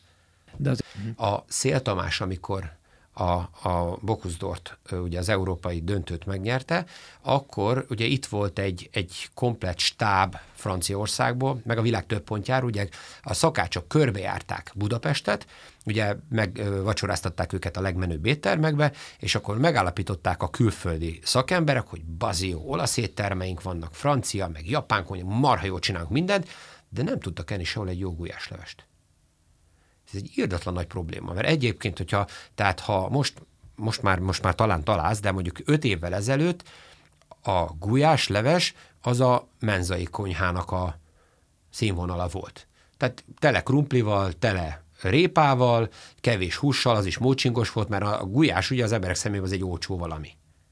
Speaker 2: A Szél Tamás, amikor a Bocuse d'Ort, ugye az európai döntőt megnyerte, akkor ugye itt volt egy komplett stáb Franciaországból, meg a világ több pontjáról, ugye a szakácsok körbejárták Budapestet, ugye megvacsoráztatták őket a legmenőbb éttermekbe, és akkor megállapították a külföldi szakemberek, hogy bazió, olasz éttermeink vannak, francia, meg japán konyha, marha jól csinálunk mindent, de nem tudtak enni sehol egy jó gulyáslevest. Ez egy irdatlan nagy probléma, mert egyébként, ha most már talán találsz, de mondjuk 5 évvel ezelőtt a gulyásleves az a menzai konyhának a színvonala volt. Tehát tele krumplival, tele répával, kevés hússal, az is mócsingos volt, mert a gulyás ugye az emberek szemében az egy olcsó valami.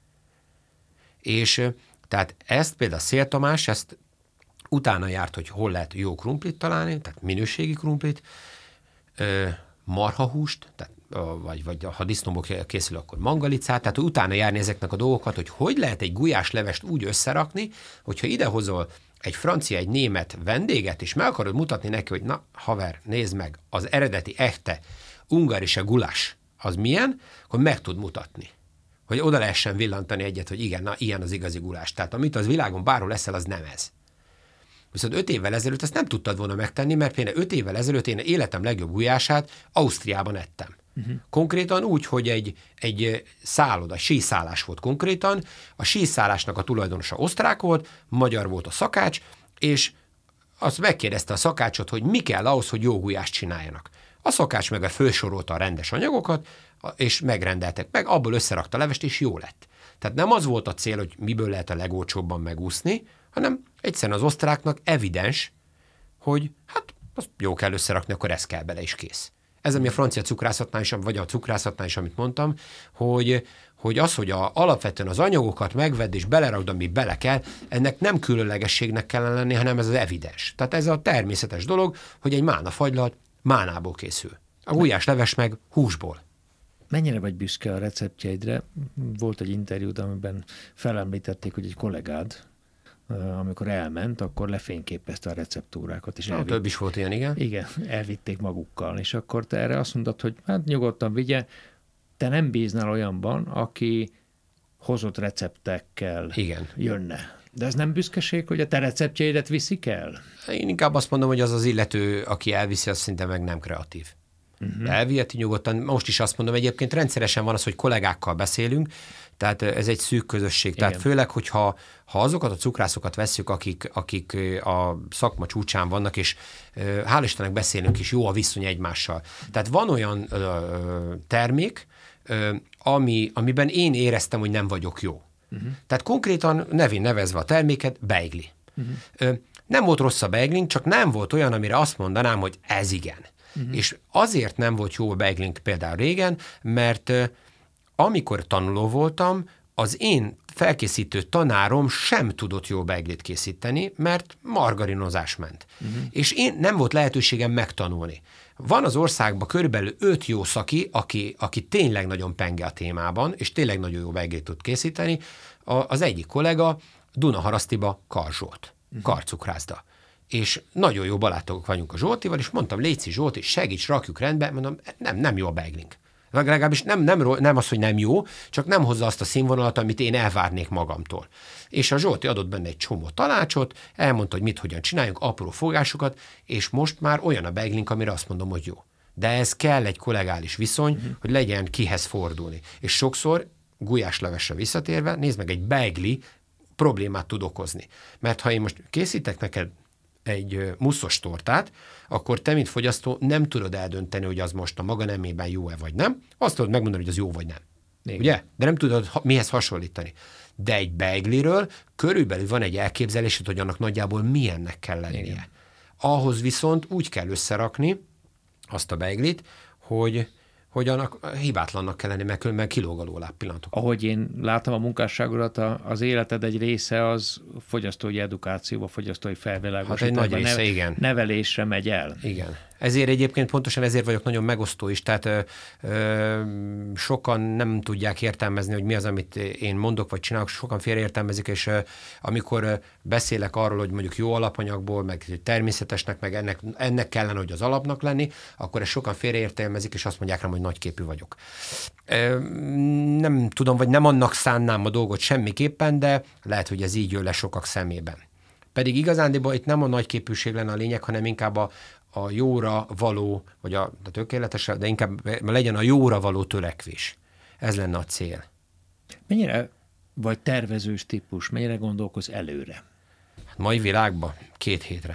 Speaker 2: És tehát ezt például Szél Tamás, ezt utána járt, hogy hol lehet jó krumplit találni, tehát minőségi krumplit, marhahúst, tehát, vagy ha disznóból készül, akkor mangalicát, tehát utána járni ezeknek a dolgokat, hogy lehet egy gulyáslevest úgy összerakni, hogyha idehozol egy francia, egy német vendéget, és meg akarod mutatni neki, hogy na, haver, nézd meg, az eredeti echte ungarise gulás az milyen, akkor meg tud mutatni. Hogy oda lehessen villantani egyet, hogy igen, na, ilyen az igazi gulás. Tehát amit az világon bárhol leszel, az nem ez. Viszont 5 évvel ezelőtt ezt nem tudtad volna megtenni, mert például 5 évvel ezelőtt én életem legjobb gulyását Ausztriában ettem. Konkrétan úgy, hogy egy szálloda, síszállás volt konkrétan, a síszállásnak a tulajdonosa osztrák volt, magyar volt a szakács, és azt megkérdezte a szakácsot, hogy mi kell ahhoz, hogy jó gulyást csináljanak. A szakács meg felsorolta a rendes anyagokat, és megrendeltek meg, abból összerakta a levest, és jó lett. Tehát nem az volt a cél, hogy miből lehet a legolcsóbban megúszni, hanem egyszerűen az osztráknak evidens, hogy hát azt jó kell összerakni, akkor ez kell bele, és kész. Ez, ami a francia cukrászatnál is, vagy a cukrászatnál is, amit mondtam, hogy alapvetően az anyagokat megvedd és belerakd, ami bele kell, ennek nem különlegességnek kellene lenni, hanem ez az evidens. Tehát ez a természetes dolog, hogy egy mánafagylalt mánából készül. A gulyásleves meg húsból.
Speaker 3: Mennyire vagy büszke a receptjeidre? Volt egy interjút, amiben felemlítették, hogy egy kollégád, amikor elment, akkor lefényképezte a receptúrákat. És
Speaker 2: több is volt ilyen, igen?
Speaker 3: Igen, elvitték magukkal, és akkor te erre azt mondtad, hogy hát nyugodtan vigye, te nem bíznál olyanban, aki hozott receptekkel jönne. De ez nem büszkeség, hogy a te receptjeidet viszik el?
Speaker 2: Én inkább azt mondom, hogy az illető, aki elviszi, az szinte meg nem kreatív. Elviheti nyugodtan. Most is azt mondom, egyébként rendszeresen van az, hogy kollégákkal beszélünk, tehát ez egy szűk közösség. Igen. Tehát főleg, hogyha azokat a cukrászokat vesszük, akik a szakma csúcsán vannak, és hál' Istennek beszélünk is, jó a viszony egymással. Tehát van olyan termék, amiben én éreztem, hogy nem vagyok jó. Tehát konkrétan nevén nevezve a terméket, beigli. Nem volt rossz a beiglink, csak nem volt olyan, amire azt mondanám, hogy ez igen. És azért nem volt jó a beiglink például régen, mert amikor tanuló voltam, az én felkészítő tanárom sem tudott jó beiglit készíteni, mert margarinozás ment. És én nem volt lehetőségem megtanulni. Van az országban körülbelül 5 jó szaki, aki tényleg nagyon penge a témában, és tényleg nagyon jó beiglit tud készíteni. Az egyik kollega Dunaharasztiba Kar Zsolt, karcukrászda. És nagyon jó barátok vagyunk a Zsoltival, és mondtam, léci Zsolti, segíts, rakjuk rendbe, mondom, nem jó a beiglink. Legalábbis nem az, hogy nem jó, csak nem hozza azt a színvonalat, amit én elvárnék magamtól. És a Zsolti adott benne egy csomó tanácsot, elmondta, hogy mit, hogyan csináljunk, apró fogásokat, és most már olyan a beiglink, amire azt mondom, hogy jó. De ez kell egy kollegális viszony, hogy legyen kihez fordulni. És sokszor, gulyáslevesre visszatérve, nézd meg, egy beigli problémát tud okozni. Mert ha én most készítek neked egy muszos tortát, akkor te, mint fogyasztó, nem tudod eldönteni, hogy az most a maga nemében jó-e vagy nem. Azt tudod megmondani, hogy az jó vagy nem. Igen. Ugye? De nem tudod mihez hasonlítani. De egy beigliről körülbelül van egy elképzelésed, hogy annak nagyjából milyennek kell lennie. Igen. Ahhoz viszont úgy kell összerakni azt a beiglit, hogy annak hibátlannak kell lenni, mert különben kilóg a lóláb pillanatok.
Speaker 3: Ahogy én látom a munkásságodat, az életed egy része az fogyasztói edukációba, fogyasztói felvilágosításba,
Speaker 2: egy nagy része, igen.
Speaker 3: Nevelésre megy el.
Speaker 2: Igen. Ezért egyébként pontosan ezért vagyok nagyon megosztó is, tehát sokan nem tudják értelmezni, hogy mi az, amit én mondok, vagy csinálok, sokan félreértelmezik, és amikor beszélek arról, hogy mondjuk jó alapanyagból, meg természetesnek, meg ennek kellene, hogy az alapnak lenni, akkor ezt sokan félreértelmezik, és azt mondják rám, hogy nagyképű vagyok. Nem tudom, vagy nem annak szánnám a dolgot semmiképpen, de lehet, hogy ez így jön le sokak szemében. Pedig igazándiból itt nem a nagyképűség lenne a lényeg, hanem inkább a jóra való, vagy a tökéletesre, de inkább legyen a jóra való törekvés. Ez lenne a cél.
Speaker 3: Mennyire vagy tervezős típus, mennyire gondolkoz előre?
Speaker 2: Hát mai világban 2 hétre.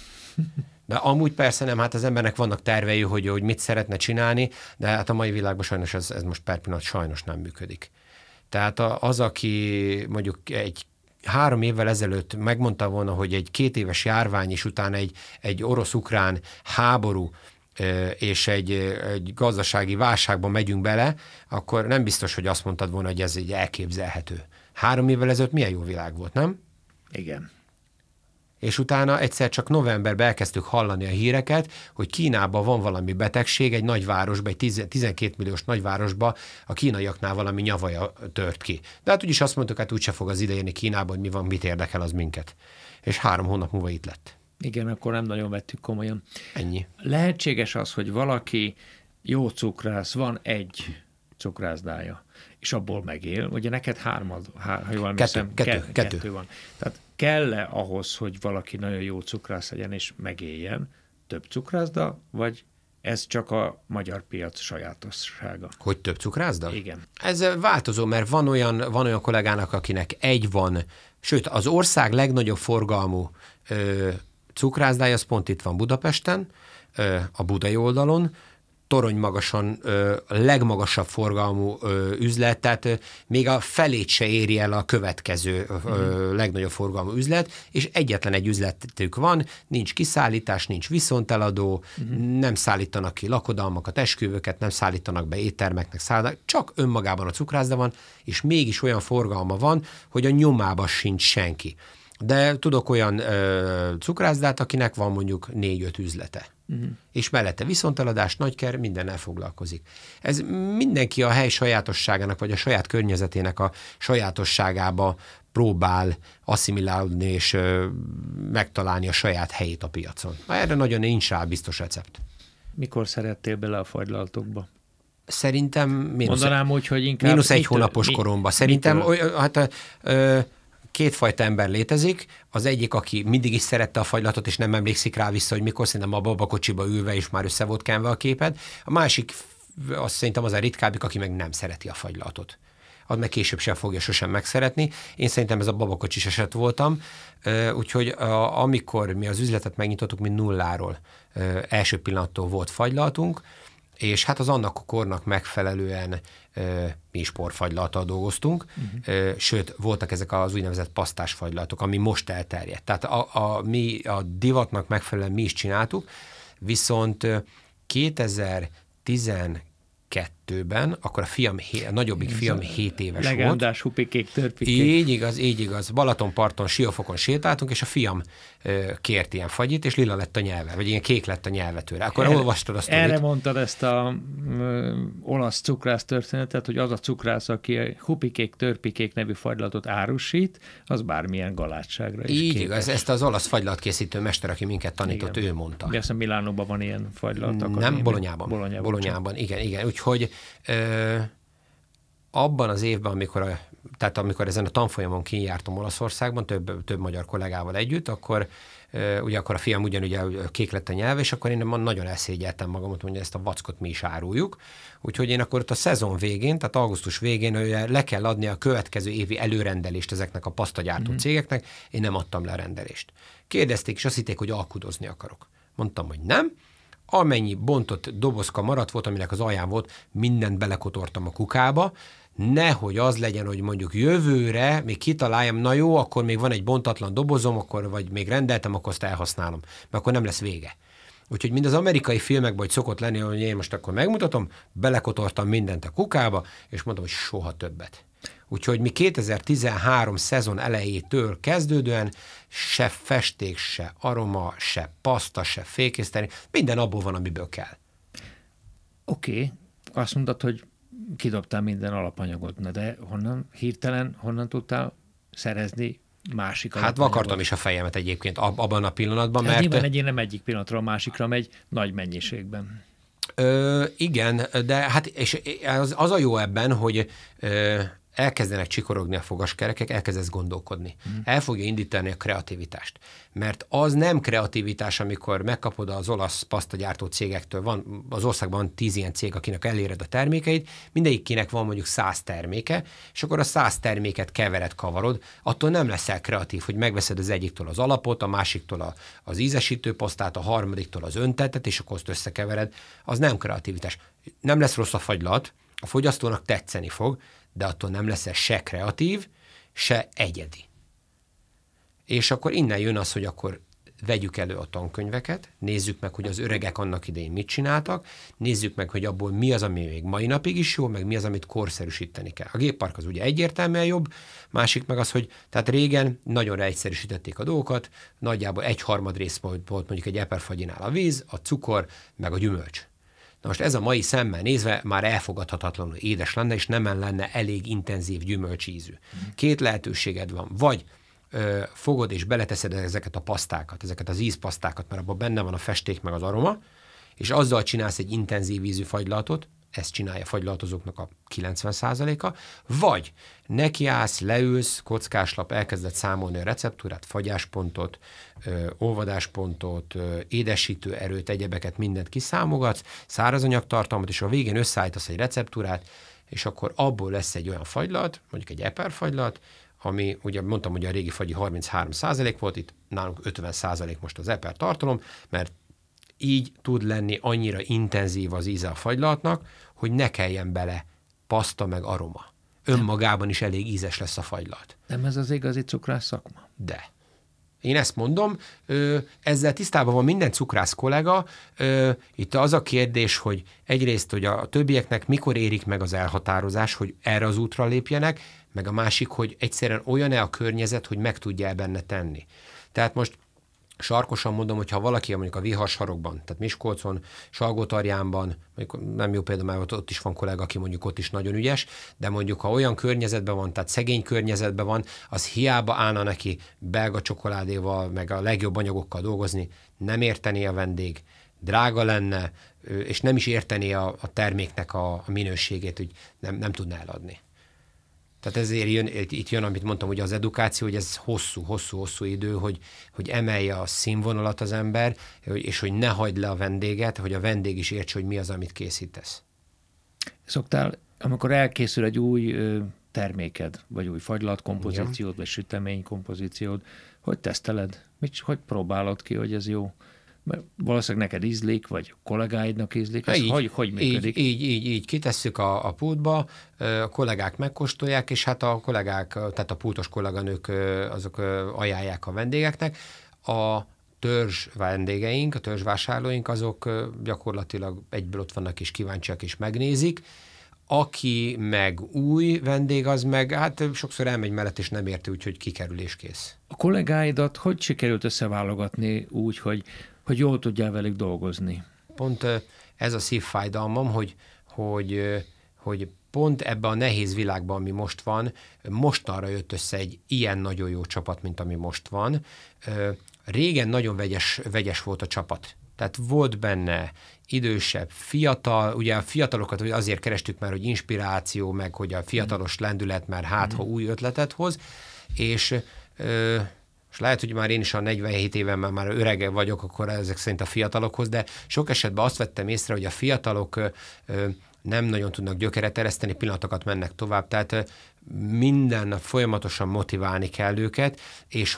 Speaker 2: De amúgy persze nem, hát az embernek vannak tervei, hogy mit szeretne csinálni, de hát a mai világban sajnos ez most per pillanat sajnos nem működik. Tehát az, aki mondjuk 3 évvel ezelőtt megmondta volna, hogy egy 2 éves járvány és utána egy orosz-ukrán háború és egy gazdasági válságban megyünk bele, akkor nem biztos, hogy azt mondtad volna, hogy ez egy elképzelhető. 3 évvel ezelőtt milyen jó világ volt, nem?
Speaker 3: Igen.
Speaker 2: És utána egyszer csak novemberben elkezdtük hallani a híreket, hogy Kínában van valami betegség, egy nagyvárosban, egy 12 milliós nagyvárosban a kínaiaknál valami nyavaja tört ki. De hát úgyis azt mondtuk, hát úgyse fog az ide érni Kínában, hogy mi van, mit érdekel az minket. És 3 hónap múlva itt lett.
Speaker 3: Igen, akkor nem nagyon vettük komolyan.
Speaker 2: Ennyi.
Speaker 3: Lehetséges az, hogy valaki jó cukrász, van egy cukrászdája, és abból megél. Ugye neked 3, ha jól emlékszem, 2 van. Tehát kell-e ahhoz, hogy valaki nagyon jó cukrász legyen és megéljen, több cukrászda, vagy ez csak a magyar piac sajátossága?
Speaker 2: Hogy több cukrászda?
Speaker 3: Igen.
Speaker 2: Ez változó, mert van olyan kollégának, akinek egy van, sőt, az ország legnagyobb forgalmú cukrászdája, az pont itt van Budapesten, a budai oldalon, toronymagasan a legmagasabb forgalmú üzlet, tehát még a felét se éri el a következő legnagyobb forgalmú üzlet, és egyetlen egy üzletük van, nincs kiszállítás, nincs viszonteladó, nem szállítanak ki lakodalmakat, esküvőket, nem szállítanak be éttermeknek, csak önmagában a cukrászda van, és mégis olyan forgalma van, hogy a nyomában sincs senki. De tudok olyan cukrászdát, akinek van mondjuk 4-5 üzlete. És mellette viszonteladás, nagyker, mindennel foglalkozik. Ez mindenki a hely sajátosságának, vagy a saját környezetének a sajátosságába próbál asszimilálni és megtalálni a saját helyét a piacon. Erre nagyon nincs rá biztos recept.
Speaker 3: Mikor szerettél bele a fagylaltokba?
Speaker 2: Szerintem
Speaker 3: mondanám úgy, hogy inkább
Speaker 2: -1 hónapos koromban. Szerintem kétfajta ember létezik, az egyik, aki mindig is szerette a fagylatot, és nem emlékszik rá vissza, hogy mikor, szerintem a babakocsiba ülve is már össze volt kenve a képed. A másik, azt szerintem az a ritkábbik, aki meg nem szereti a fagylatot. Az meg később sem fogja sosem megszeretni. Én szerintem ez a babakocsis eset voltam, úgyhogy amikor mi az üzletet megnyitottuk, mi nulláról első pillanattól volt fagylaltunk, és hát az annak a kornak megfelelően mi is porfagylalttal dolgoztunk, sőt, voltak ezek az úgynevezett pasztás fagylaltok, ami most elterjedt. Tehát mi a divatnak megfelelően mi is csináltuk, viszont 2012-ben, akkor a nagyobbik fiam 7 éves volt.
Speaker 3: Legendás hupikék, törpikék.
Speaker 2: Így igaz. Balatonparton, Siófokon sétáltunk, és a fiam kért ilyen fagyit, és lila lett a nyelve, vagy ilyen kék lett a nyelve tőle. Akkor olvastad azt.
Speaker 3: Erre mondtad ezt a olasz cukrász történetet, hogy az a cukrász, aki a hupikék, törpikék nevű fagylatot árusít, az bármilyen galátságra is
Speaker 2: Így
Speaker 3: képes.
Speaker 2: igaz, ezt az olasz fagylatkészítő mester, aki minket tanított,
Speaker 3: Igen.
Speaker 2: ő mondta.
Speaker 3: De azt a Milánóban van ilyen fagylat.
Speaker 2: Nem, Bolonyában. Igen. Úgyhogy abban az évben, amikor ezen a tanfolyamon kijártam Olaszországban, több magyar kollégával együtt, akkor a fiam ugyanúgy kék lett a nyelv, és akkor én nagyon elszégyeltem magamat, hogy ezt a vackot mi is áruljuk. Úgyhogy én akkor ott a szezon végén, tehát augusztus végén le kell adni a következő évi előrendelést ezeknek a pasztagyártó cégeknek, én nem adtam le a rendelést. Kérdezték, és azt hitték, hogy alkudozni akarok. Mondtam, hogy nem. Amennyi bontott dobozka maradt volt, aminek az alján volt, mindent belekotortam a kukába, nehogy az legyen, hogy mondjuk jövőre még kitaláljam, na jó, akkor még van egy bontatlan dobozom, vagy még rendeltem, akkor azt elhasználom, mert akkor nem lesz vége. Úgyhogy mind az amerikai filmekben, hogy szokott lenni, hogy én most akkor megmutatom, belekotortam mindent a kukába, és mondom, hogy soha többet. Úgyhogy mi 2013 szezon elejétől kezdődően se festék, se aroma, se paszta, se fékészteni, minden abból van, amiből kell.
Speaker 3: Oké. Azt mondtad, hogy kidobtál minden alapanyagot, de honnan tudtál szerezni másik alapanyagot?
Speaker 2: Hát vakartam is a fejemet egyébként abban a pillanatban,
Speaker 3: mert...
Speaker 2: Nyilván
Speaker 3: nem egyik pillanatra a másikra megy nagy mennyiségben.
Speaker 2: Igen, de hát és az a jó ebben, hogy elkezdenek csikorogni a fogaskerekek, elkezdesz gondolkodni. El fogja indítani a kreativitást. Mert az nem kreativitás, amikor megkapod az olasz pasztagyártó cégektől, az országban van 10 ilyen cég, akinek eléred a termékeit, mindegyikkinek van mondjuk 100 terméke, és akkor a 100 terméket kevered, kavarod, attól nem leszel kreatív, hogy megveszed az egyiktől az alapot, a másiktól az ízesítő pasztát, a harmadiktól az öntetet, és akkor azt összekevered. Az nem kreativitás. Nem lesz rossz a fagylat, a fogyasztónak tetszeni fog, de attól nem lesz se kreatív, se egyedi. És akkor innen jön az, hogy akkor vegyük elő a tankönyveket, nézzük meg, hogy az öregek annak idején mit csináltak, nézzük meg, hogy abból mi az, ami még mai napig is jó, meg mi az, amit korszerűsíteni kell. A géppark az ugye egyértelműen jobb, másik meg az, hogy tehát régen nagyon leegyszerűsítették a dolgokat, nagyjából 1/3 rész volt mondjuk egy eperfagyinál a víz, a cukor, meg a gyümölcs. Na most ez a mai szemmel nézve már elfogadhatatlanul édes lenne, és nem lenne elég intenzív gyümölcsízű. 2 lehetőséged van. Vagy fogod és beleteszed ezeket a pasztákat, ezeket az ízpasztákat, mert abban benne van a festék meg az aroma, és azzal csinálsz egy intenzív ízű fagylaltot, ezt csinálja a fagylaltozóknak a 90%-a, vagy nekiállsz, leülsz, kockáslap, elkezded számolni a receptúrát, fagyáspontot, olvadáspontot, édesítő erőt, egyebeket, mindent kiszámogatsz, szárazanyagtartalmat, és a végén összeállítasz egy receptúrát, és akkor abból lesz egy olyan fagylalt, mondjuk egy eperfagylat, ami ugye mondtam, hogy a régi fagyi 33% volt, itt nálunk 50% most az eper tartalom, mert így tud lenni annyira intenzív az íze a fagylaltnak, hogy ne kelljen bele paszta meg aroma. Önmagában is elég ízes lesz a fagylalt.
Speaker 3: Nem ez az igazi cukrász szakma?
Speaker 2: De. Én ezt mondom, ezzel tisztában van minden cukrász kollega. Itt az a kérdés, hogy egyrészt, hogy a többieknek mikor érik meg az elhatározás, hogy erre az útra lépjenek, meg a másik, hogy egyszerűen olyan-e a környezet, hogy meg tudja benne tenni. Tehát most sarkosan mondom, hogy ha valaki mondjuk a Viharsarokban, tehát Miskolcon, Salgótarjánban, nem jó példa, mert ott is van kollega, aki mondjuk ott is nagyon ügyes, de mondjuk ha olyan környezetben van, tehát szegény környezetben van, az hiába állna neki belga csokoládéval, meg a legjobb anyagokkal dolgozni, nem értené a vendég, drága lenne, és nem is értené a terméknek a minőségét, hogy nem tudná eladni. Tehát ezért itt jön, amit mondtam, hogy az edukáció, hogy ez hosszú idő, hogy emelje a színvonalat az ember, és hogy ne hagyd le a vendéget, hogy a vendég is értse, hogy mi az, amit készítesz.
Speaker 3: Szoktál, amikor elkészül egy új terméked, vagy új fagylatkompozíciód, vagy süteménykompozíciód, hogy teszteled? Hogy próbálod ki, hogy ez jó? Mert valószínűleg neked ízlik, vagy kollégáidnak ízlik, ez hogy működik?
Speaker 2: Így kitesszük a pultba, a kollégák megkóstolják, és hát a kollégák, tehát a pultos kolléganők azok ajánlják a vendégeknek. A törzs vendégeink, a törzsvásárlóink, azok gyakorlatilag egyből ott vannak és kíváncsiak és megnézik. Aki meg új vendég, az meg hát sokszor elmegy mellett és nem érti, úgyhogy kikerülés kész.
Speaker 3: A kollégáidat hogy sikerült összeválogatni úgy, hogy jól tudjál velük dolgozni?
Speaker 2: Pont ez a szívfájdalmam, hogy pont ebben a nehéz világban, ami most van, mostanra jött össze egy ilyen nagyon jó csapat, mint ami most van. Régen nagyon vegyes volt a csapat. Tehát volt benne idősebb, fiatal, ugye a fiatalokat azért kerestük már, hogy inspiráció, meg hogy a fiatalos lendület már ha új ötletet hoz, és lehet, hogy már én is a 47 éven már öreg vagyok, akkor ezek szerint a fiatalokhoz, de sok esetben azt vettem észre, hogy a fiatalok nem nagyon tudnak gyökeret ereszteni, pillanatokat mennek tovább, tehát minden nap folyamatosan motiválni kell őket, és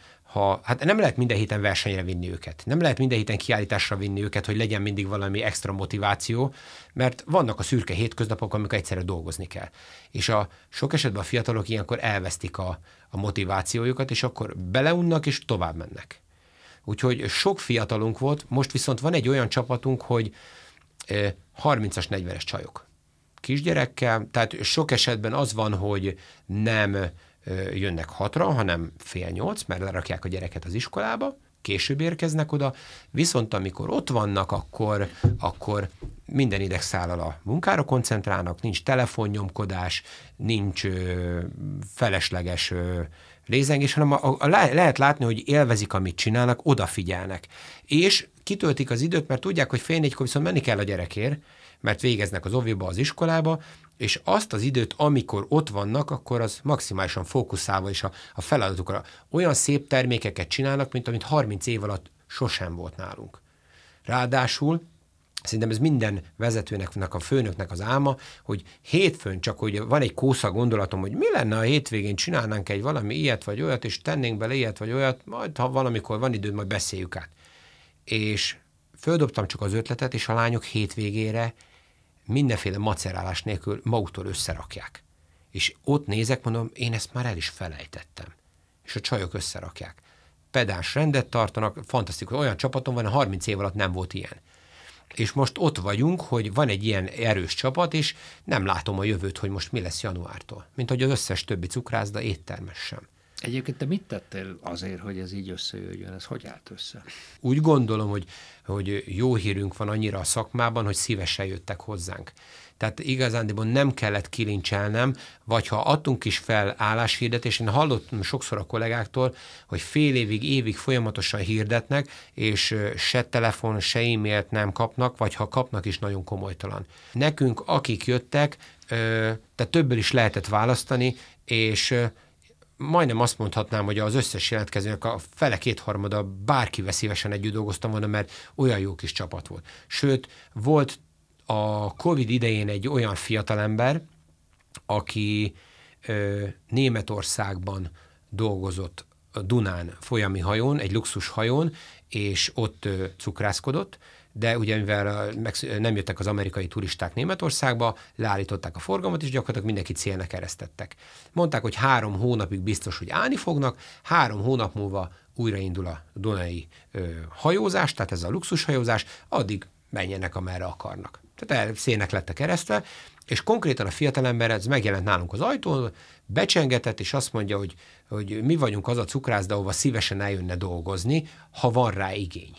Speaker 2: hát nem lehet minden héten versenyre vinni őket, nem lehet minden héten kiállításra vinni őket, hogy legyen mindig valami extra motiváció, mert vannak a szürke hétköznapok, amikor egyszerre dolgozni kell. És sok esetben a fiatalok ilyenkor elvesztik a motivációjukat, és akkor beleunnak, és tovább mennek. Úgyhogy sok fiatalunk volt, most viszont van egy olyan csapatunk, hogy 30-as, 40-es csajok. Kisgyerekkel, tehát sok esetben az van, hogy nem jönnek 6-ra, hanem 7:30, mert lerakják a gyereket az iskolába, később érkeznek oda, viszont amikor ott vannak, akkor minden idegszállal a munkára koncentrálnak, nincs telefonnyomkodás, nincs felesleges lézengés, hanem lehet látni, hogy élvezik, amit csinálnak, odafigyelnek. És kitöltik az időt, mert tudják, hogy 3:30-kor viszont menni kell a gyerekért, mert végeznek az oviba, az iskolába, és azt az időt, amikor ott vannak, akkor az maximálisan fókuszálva, és a feladatukra olyan szép termékeket csinálnak, mint amit 30 év alatt sosem volt nálunk. Ráadásul szerintem ez minden vezetőnek, a főnöknek az álma, hogy hétfőn csak, hogy van egy kósza gondolatom, hogy mi lenne, a hétvégén csinálnánk egy valami ilyet vagy olyat, és tennénk bele ilyet vagy olyat, majd ha valamikor van időd, majd beszéljük át. És földobtam csak az ötletet, és a lányok hétvégére mindenféle macerálás nélkül maguktól összerakják. És ott nézek, mondom, én ezt már el is felejtettem. És a csajok összerakják. Pedáns rendet tartanak, fantasztikus, olyan csapatom van, 30 év alatt nem volt ilyen. És most ott vagyunk, hogy van egy ilyen erős csapat, és nem látom a jövőt, hogy most mi lesz januártól. Mint hogy az összes többi cukrászda, éttermes sem.
Speaker 3: Egyébként te mit tettél azért, hogy ez így összejöjjön? Ez hogy állt össze?
Speaker 2: Úgy gondolom, hogy jó hírünk van annyira a szakmában, hogy szívesen jöttek hozzánk. Tehát igazándiból nem kellett kilincselnem, vagy ha adtunk is fel álláshirdetést, én hallottam sokszor a kollégáktól, hogy fél évig folyamatosan hirdetnek, és se telefon, se e-mailt nem kapnak, vagy ha kapnak is nagyon komolytalan. Nekünk, akik jöttek, tehát többből is lehetett választani, és majdnem azt mondhatnám, hogy az összes jelentkezőnek a fele kétharmada bárkivel szívesen együtt dolgoztam volna, mert olyan jó kis csapat volt. Sőt, volt a Covid idején egy olyan fiatalember, aki Németországban dolgozott a Dunán folyami hajón, egy luxus hajón, és ott cukrászkodott, de ugye mivel nem jöttek az amerikai turisták Németországba, leállították a forgalmat, és gyakorlatilag mindenkit célnek eresztettek. Mondták, hogy 3 hónapig biztos, hogy állni fognak, 3 hónap múlva újraindul a dunai hajózás, tehát ez a luxushajózás, addig menjenek, amerre akarnak. Tehát szélnek lettek eresztve, és konkrétan a fiatalember ez megjelent nálunk az ajtón, becsengetett, és azt mondja, hogy mi vagyunk az a cukrászda, ahova szívesen eljönne dolgozni, ha van rá igény.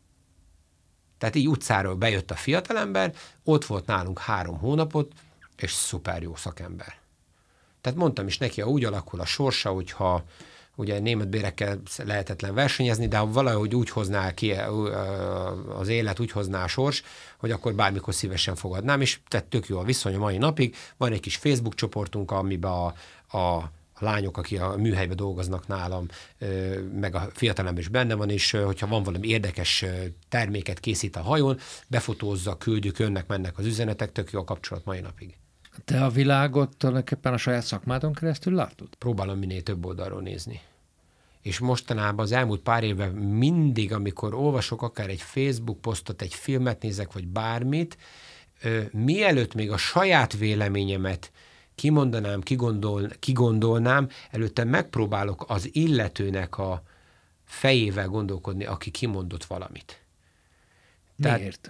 Speaker 2: Tehát így utcáról bejött a fiatalember, ott volt nálunk 3 hónapot, és szuper jó szakember. Tehát mondtam is neki, ha úgy alakul a sorsa, ugye német bérekkel lehetetlen versenyezni, de valahogy úgy hozná ki az élet, úgy hozná a sors, hogy akkor bármikor szívesen fogadnám, és tehát tök jó a viszony a mai napig. Van egy kis Facebook csoportunk, amiben a lányok, akik a műhelyben dolgoznak nálam, meg a fiatalember is benne van, és hogyha van valami érdekes terméket készít a hajón, befotózza, küldjük, önnek, mennek az üzenetek, tök jó a kapcsolat mai napig.
Speaker 3: Te a világot tulajdonképpen a saját szakmádon keresztül látod?
Speaker 2: Próbálom minél több oldalról nézni. És mostanában az elmúlt pár évben mindig, amikor olvasok akár egy Facebook posztot, egy filmet nézek, vagy mielőtt még a saját véleményemet kimondanám, kigondolnám, előtte megpróbálok az illetőnek a fejével gondolkodni, aki kimondott valamit.
Speaker 3: Miért?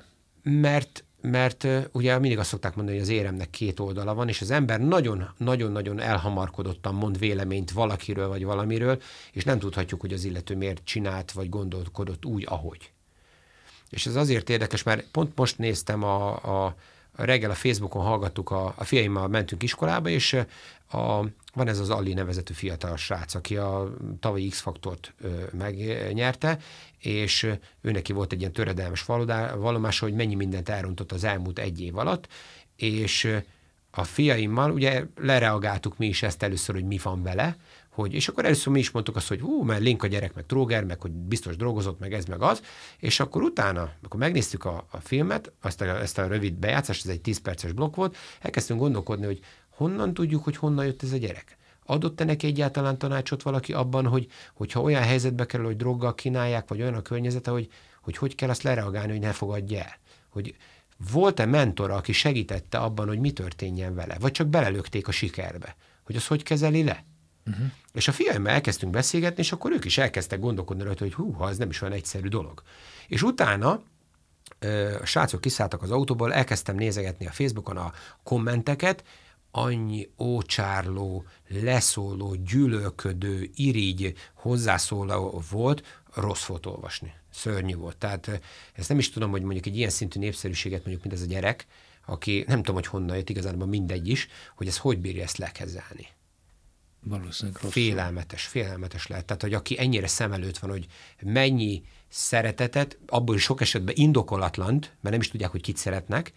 Speaker 2: Mert ugye mindig azt szokták mondani, hogy az éremnek két oldala van, és az ember nagyon-nagyon elhamarkodottan mond véleményt valakiről vagy valamiről, és nem tudhatjuk, hogy az illető miért csinált vagy gondolkodott úgy, ahogy. És ez azért érdekes, mert pont most néztem reggel a Facebookon hallgattuk, a fiaimmal mentünk iskolába, és van ez az Ali nevezetű fiatal srác, aki a tavalyi X-faktort megnyerte, és ő neki volt egy ilyen töredelmes vallomása, hogy mennyi mindent elrontott az elmúlt egy év alatt, és a fiaimmal ugye lereagáltuk mi is ezt először, hogy mi van vele, és akkor először mi is mondtuk azt, hogy mert link a gyerek, meg tróger, meg hogy biztos drogozott, meg ez, meg az, és akkor utána, akkor megnéztük a filmet, ezt a rövid bejátszást, ez egy 10 perces blokk volt, elkezdtünk gondolkodni, hogy honnan tudjuk, hogy honnan jött ez a gyerek. Adott-e neki egyáltalán tanácsot valaki abban, hogyha olyan helyzetbe kerül, hogy droggal kínálják, vagy olyan a környezete, hogy kell azt lereagálni, hogy ne fogadja el. Hogy volt-e mentora, aki segítette abban, hogy mi történjen vele, vagy csak belelökték a sikerbe, hogy az hogy kezeli le. Uh-huh. És a fiaimmal elkezdtünk beszélgetni, és akkor ők is elkezdtek gondolkodni rajta, hogy ez nem is olyan egyszerű dolog. És utána a srácok kiszálltak az autóból, elkezdtem nézegetni a Facebookon a kommenteket, annyi ócsárló, leszóló, gyűlölködő, irigy hozzászóló volt, rossz volt olvasni. Szörnyű volt. Tehát ezt nem is tudom, hogy mondjuk egy ilyen szintű népszerűséget mondjuk, mint ez a gyerek, aki nem tudom, hogy honnan jött, igazából mindegy is, hogy ez hogy bírja ezt lekezelni.
Speaker 3: Valószínűleg rosszul.
Speaker 2: Félelmetes lehet. Tehát, hogy aki ennyire szem előtt van, hogy mennyi szeretetet, abból is sok esetben indokolatlant, mert nem is tudják, hogy kit szeretnek,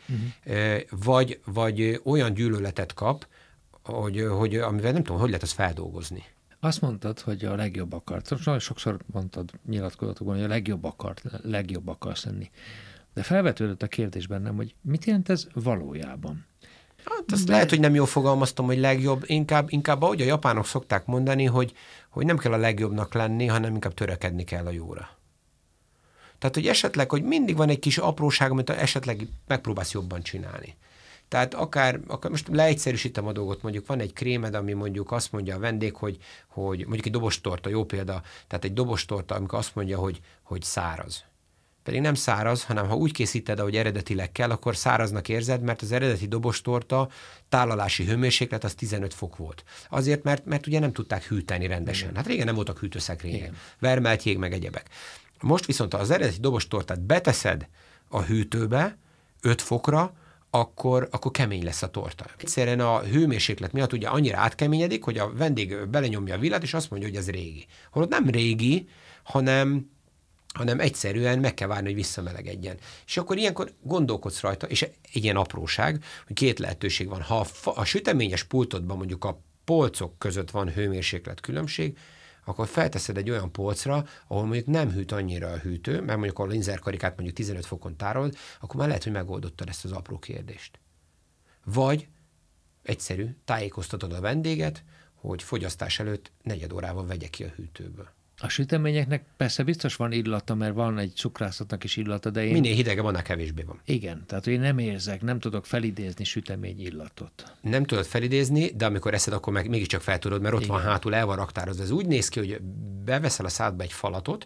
Speaker 2: vagy olyan gyűlöletet kap, hogy amivel nem tudom, hogy lehet azt feldolgozni.
Speaker 3: Azt mondtad, hogy a legjobb akart. Nagyon sokszor mondtad nyilatkozatokban, hogy a legjobb akarsz lenni. De felvetődött a kérdés bennem, hogy mit jelent ez valójában?
Speaker 2: Hát azt lehet, hogy nem jól fogalmaztam, hogy legjobb, inkább ahogy a japánok szokták mondani, hogy nem kell a legjobbnak lenni, hanem inkább törekedni kell a jóra. Tehát, hogy esetleg, hogy mindig van egy kis apróság, amit esetleg megpróbálsz jobban csinálni. Tehát akár most leegyszerűsítem a dolgot, mondjuk van egy krémed, ami mondjuk azt mondja a vendég, hogy mondjuk egy dobostorta, jó példa, tehát egy dobostorta, amikor azt mondja, hogy száraz. Pedig nem száraz, hanem ha úgy készíted, ahogy eredetileg kell, akkor száraznak érzed, mert az eredeti dobostorta tálalási hőmérséklet az 15 fok volt. Azért, mert ugye nem tudták hűteni rendesen. Igen. Hát régen nem voltak hűtőszekrények, vermelt jég meg egyebek. Most viszont ha az eredeti dobostortát beteszed a hűtőbe 5 fokra, akkor kemény lesz a torta. Egyszerűen a hőmérséklet miatt ugye annyira átkeményedik, hogy a vendég belenyomja a villát, és azt mondja, hogy ez régi. Holott nem régi, hanem egyszerűen meg kell várni, hogy visszamelegedjen. És akkor ilyenkor gondolkodsz rajta, és egy ilyen apróság, hogy két lehetőség van. Ha a süteményes pultodban mondjuk a polcok között van hőmérséklet különbség, akkor felteszed egy olyan polcra, ahol mondjuk nem hűt annyira a hűtő, mert mondjuk a linzerkarikát mondjuk 15 fokon tárolod, akkor már lehet, hogy megoldottad ezt az apró kérdést. Vagy egyszerű, tájékoztatod a vendéget, hogy fogyasztás előtt 4 órával vegye ki a hűtőből.
Speaker 3: A süteményeknek persze biztos van illata, mert van egy cukrászatnak is illata, de én...
Speaker 2: Minél hidegebb, annál kevésbé van.
Speaker 3: Igen, tehát én nem tudok felidézni sütemény illatot. Nem
Speaker 2: tudod felidézni, de amikor eszed, akkor mégiscsak fel tudod, mert ott igen. Van hátul, el van raktározva. Ez úgy néz ki, hogy beveszel a szádba egy falatot,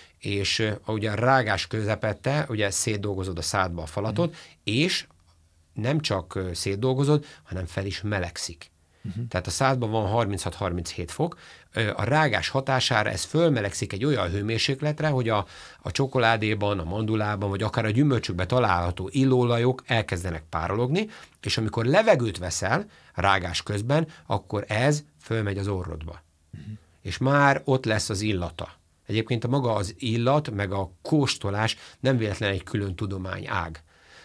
Speaker 2: és ugye a rágás közepette, ugye szétdolgozod a szádba a falatot, és nem csak szétdolgozod, hanem fel is melegszik. Tehát a szádban van 36-37 fok, a rágás hatására ez fölmelegszik egy olyan hőmérsékletre, hogy a csokoládéban, a mandulában, vagy akár a gyümölcsökben található illóolajok elkezdenek párologni, és amikor levegőt veszel rágás közben, akkor ez fölmegy az orrodba. és már ott lesz az illata. Egyébként a maga az illat, meg a kóstolás nem véletlenül egy külön tudományág.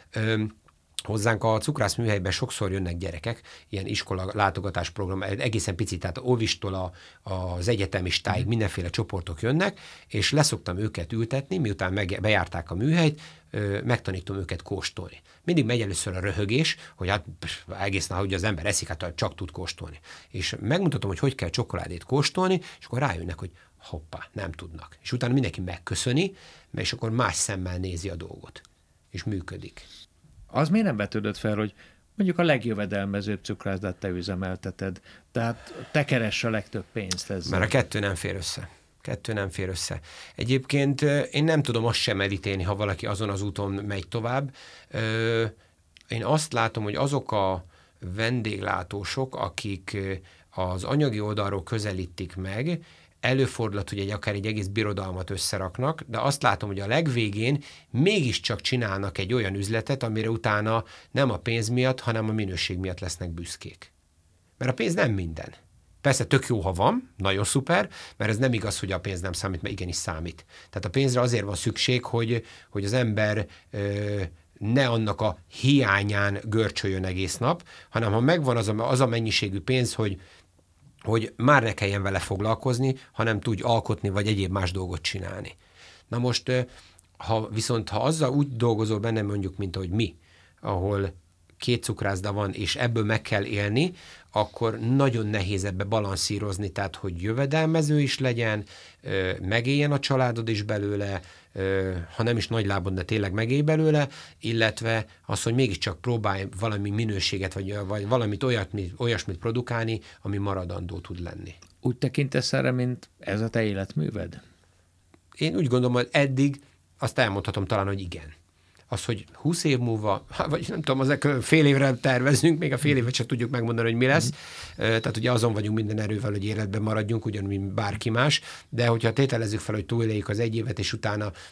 Speaker 2: Hozzánk a cukrászműhelyben sokszor jönnek gyerekek, ilyen iskola látogatás program, egészen picit, tehát óvistól az egyetemistáig mindenféle csoportok jönnek, és leszoktam őket ültetni, miután bejárták a műhelyt, megtanítom őket kóstolni. Mindig megy először a röhögés, hogy hát egészen, ahogy az ember eszik, hát csak tud kóstolni. És megmutatom, hogy kell csokoládét kóstolni, és akkor rájönnek, hogy hoppá, nem tudnak. És utána mindenki megköszöni, és akkor más szemmel nézi a dolgot. És működik.
Speaker 3: Az miért nem vetődött fel, hogy mondjuk a legjövedelmezőbb cukrászdát te üzemelteted, tehát te keress a legtöbb pénzt ezzel?
Speaker 2: Mert a kettő nem fér össze. Egyébként én nem tudom azt sem elítélni, ha valaki azon az úton megy tovább. Én azt látom, hogy azok a vendéglátósok, akik az anyagi oldalról közelítik meg, előfordulhat, hogy akár egy egész birodalmat összeraknak, de azt látom, hogy a legvégén mégiscsak csinálnak egy olyan üzletet, amire utána nem a pénz miatt, hanem a minőség miatt lesznek büszkék. Mert a pénz nem minden. Persze tök jó, ha van, nagyon szuper, mert ez nem igaz, hogy a pénz nem számít, mert igenis számít. Tehát a pénzre azért van szükség, hogy az ember ne annak a hiányán görcsöljön egész nap, hanem ha megvan az a mennyiségű pénz, hogy már ne kelljen vele foglalkozni, hanem tudj alkotni, vagy egyéb más dolgot csinálni. Na most, ha azzal úgy dolgozol benne, mondjuk, mint ahogy mi, ahol 2 cukrászda van, és ebből meg kell élni, akkor nagyon nehéz ebbe balanszírozni, tehát, hogy jövedelmező is legyen, megéljen a családod is belőle, ha nem is nagy lábon, de tényleg megélj belőle, illetve az, hogy mégiscsak próbálj valami minőséget, vagy valamit olyasmit produkálni, ami maradandó tud lenni.
Speaker 3: Úgy tekintesz erre, mint ez a te életműved?
Speaker 2: Én úgy gondolom, hogy eddig azt elmondhatom talán, hogy igen. Az, hogy 20 év múlva, vagy nem tudom, azok fél évre tervezünk, még a fél évet sem tudjuk megmondani, hogy mi lesz. Tehát ugye azon vagyunk minden erővel, hogy életben maradjunk, ugyanúgy bárki más, de hogyha tételezzük fel, hogy túléljük az 1 évet, és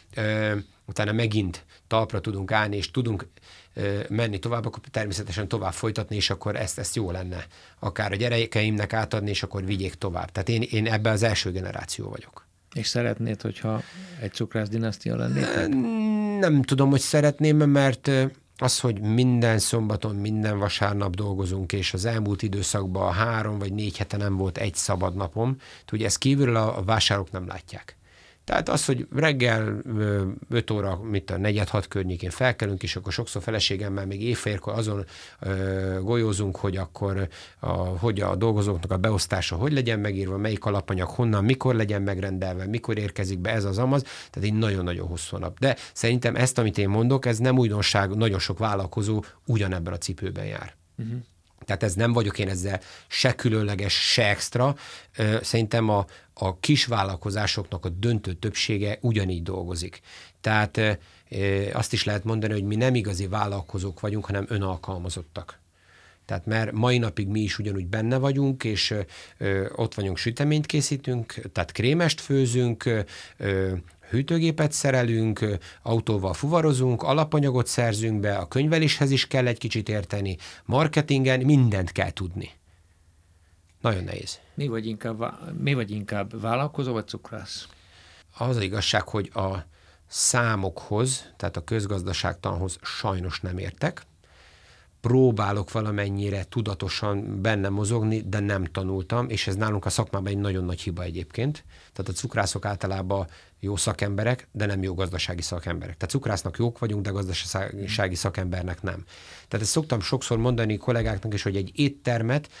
Speaker 2: utána megint talpra tudunk állni, és tudunk menni tovább, akkor természetesen tovább folytatni, és akkor ezt jó lenne akár a gyerekeimnek átadni, és akkor vigyék tovább. Tehát én ebben az első generáció vagyok.
Speaker 3: És szeretnéd, hogyha egy cukrász dinasztia lennétek?
Speaker 2: Nem tudom, hogy szeretném, mert az, hogy minden szombaton, minden vasárnap dolgozunk, és az elmúlt időszakban 3 vagy 4 hete nem volt egy szabad napom, ugye ezt kívülről a vásárok nem látják. Tehát az, hogy reggel 5 óra, 4-6 környékén felkelünk, és akkor sokszor feleségemmel még évfélkor azon golyózunk, hogy akkor hogy a dolgozóknak a beosztása hogy legyen megírva, melyik alapanyag honnan, mikor legyen megrendelve, mikor érkezik be ez az amaz, tehát egy nagyon-nagyon hosszú nap. De szerintem ezt, amit én mondok, ez nem újdonság, nagyon sok vállalkozó ugyanebben a cipőben jár. Uh-huh. Tehát ez nem vagyok én ezzel se különleges, se extra. Szerintem a kis vállalkozásoknak a döntő többsége ugyanígy dolgozik. Tehát azt is lehet mondani, hogy mi nem igazi vállalkozók vagyunk, hanem önalkalmazottak. Tehát mert mai napig mi is ugyanúgy benne vagyunk, és ott vagyunk, süteményt készítünk, tehát krémest főzünk, hűtőgépet szerelünk, autóval fuvarozunk, alapanyagot szerzünk be, a könyveléshez is kell egy kicsit érteni, marketingen mindent kell tudni. Nagyon nehéz.
Speaker 3: Mi vagy inkább vállalkozó vagy cukrász?
Speaker 2: Az az igazság, hogy a számokhoz, tehát a közgazdaságtanhoz sajnos nem értek. Próbálok valamennyire tudatosan benne mozogni, de nem tanultam, és ez nálunk a szakmában egy nagyon nagy hiba egyébként. Tehát a cukrászok általában jó szakemberek, de nem jó gazdasági szakemberek. Tehát cukrásznak jók vagyunk, de gazdasági szakembernek nem. Tehát ezt szoktam sokszor mondani kollégáknak is, hogy egy éttermet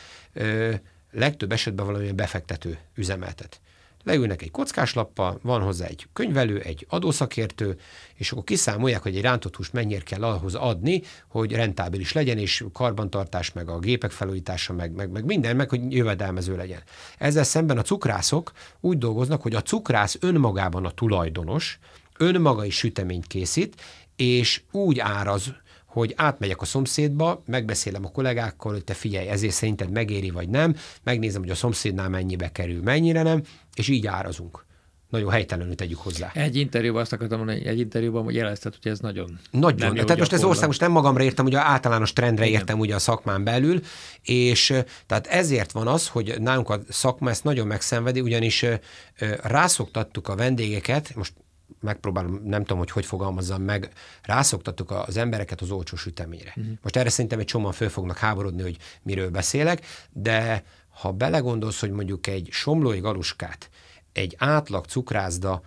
Speaker 2: legtöbb esetben valamilyen befektető üzemeltet. Leülnek egy kockáslappal, van hozzá egy könyvelő, egy adószakértő, és akkor kiszámolják, hogy egy rántott húst mennyire kell ahhoz adni, hogy rentábilis legyen, és karbantartás, meg a gépek felújítása, meg minden, meg hogy jövedelmező legyen. Ezzel szemben a cukrászok úgy dolgoznak, hogy a cukrász önmagában a tulajdonos, önmaga is süteményt készít, és úgy áraz, hogy átmegyek a szomszédba, megbeszélem a kollégákkal, hogy te figyelj, ezért szerinted megéri vagy nem, megnézem, hogy a szomszédnál mennyibe kerül, mennyire nem, és így árazunk. Nagyon helytelenül tegyük hozzá.
Speaker 3: Egy interjúban azt akartam mondani, hogy jelezted, hogy ez nagyon
Speaker 2: Nagyon. Tehát most ez ország, most nem magamra értem, ugye általános trendre értem ugye a szakmán belül, és tehát ezért van az, hogy nálunk a szakma ezt nagyon megszenvedi, ugyanis rászoktattuk a vendégeket, most megpróbálom, nem tudom, hogy fogalmazzam meg, rászoktattuk az embereket az olcsó süteményre. Most erre szerintem egy csomóan föl fognak háborodni, hogy miről beszélek, de ha belegondolsz, hogy mondjuk egy somlói galuskát egy átlag cukrászda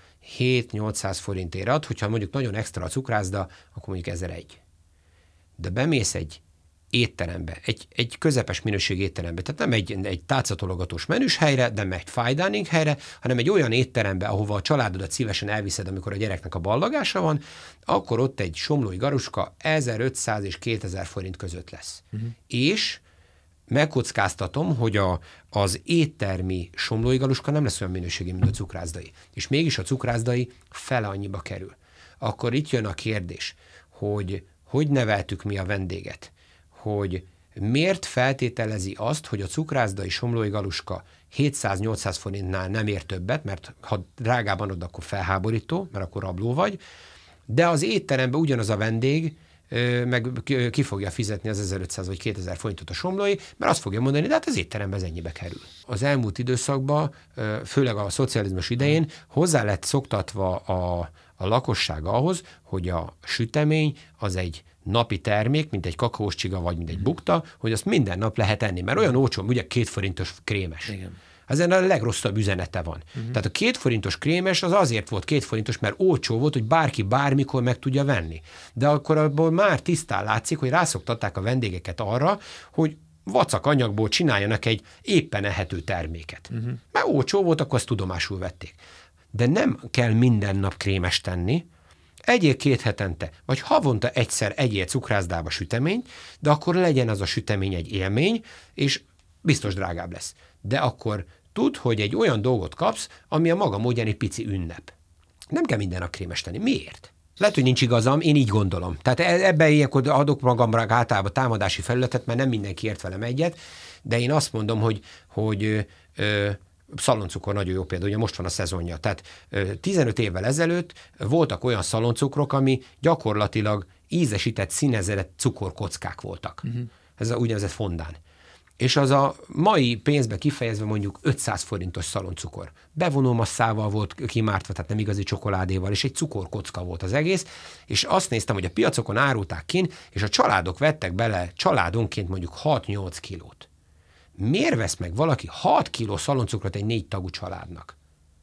Speaker 2: 7-800 forintért ad, hogyha mondjuk nagyon extra a cukrászda, akkor mondjuk 1001. De bemész egy étterembe, egy közepes minőség étterembe, tehát nem egy tálcatologatós menüs helyre, nem egy fine dining helyre, hanem egy olyan étterembe, ahova a családodat szívesen elviszed, amikor a gyereknek a ballagása van, akkor ott egy somlói garuska 1500 és 2000 forint között lesz. És megkockáztatom, hogy az éttermi somlói galuska nem lesz olyan minőségi, mint a cukrászdai. És mégis a cukrászdai fele annyiba kerül. Akkor itt jön a kérdés, hogy neveltük mi a vendéget, hogy miért feltételezi azt, hogy a cukrászdai somlói galuska 700-800 forintnál nem ér többet, mert ha drágában ad, akkor felháborító, mert akkor rabló vagy, de az étteremben ugyanaz a vendég meg ki fogja fizetni az 1500 vagy 2000 forintot a somlói, mert azt fogja mondani, de hát az étteremben ez ennyibe kerül. Az elmúlt időszakban, főleg a szocializmus idején hozzá lett szoktatva a lakosság ahhoz, hogy a sütemény az egy napi termék, mint egy kakaós csiga, vagy mint egy bukta, hogy azt minden nap lehet enni, mert olyan olcsó, ugye 2 forintos krémes.
Speaker 3: Igen.
Speaker 2: Ezen a legrosszabb üzenete van. Tehát a 2 forintos krémes az azért volt 2 forintos, mert olcsó volt, hogy bárki bármikor meg tudja venni. De akkor abból már tisztán látszik, hogy rászoktatták a vendégeket arra, hogy vacak anyagból csináljanak egy éppen ehető terméket. Mert olcsó volt, akkor azt tudomásul vették. De nem kell minden nap krémes tenni, egyél 2 hetente, vagy havonta egyszer egyél cukrászdába süteményt, de akkor legyen az a sütemény egy élmény, és biztos drágább lesz. De akkor tudd, hogy egy olyan dolgot kapsz, ami a maga módján egy pici ünnep. Nem kell minden nap krémes tenni. Miért? Lehet, hogy nincs igazam, én így gondolom. Tehát ebben ilyenkor adok magamra általában támadási felületet, mert nem mindenki ért velem egyet, de én azt mondom, hogy szaloncukor nagyon jó példa, ugye most van a szezonja. Tehát 15 évvel ezelőtt voltak olyan szaloncukrok, ami gyakorlatilag ízesített, színezett cukorkockák voltak. Ez a úgynevezett fondán. És az a mai pénzbe kifejezve mondjuk 500 forintos szaloncukor. Bevonómasszával volt kimártva, tehát nem igazi csokoládéval, és egy cukorkocka volt az egész, és azt néztem, hogy a piacokon árulták kin, és a családok vettek bele családonként mondjuk 6-8 kilót. Miért vesz meg valaki 6 kiló szaloncukrot egy 4 tagú családnak?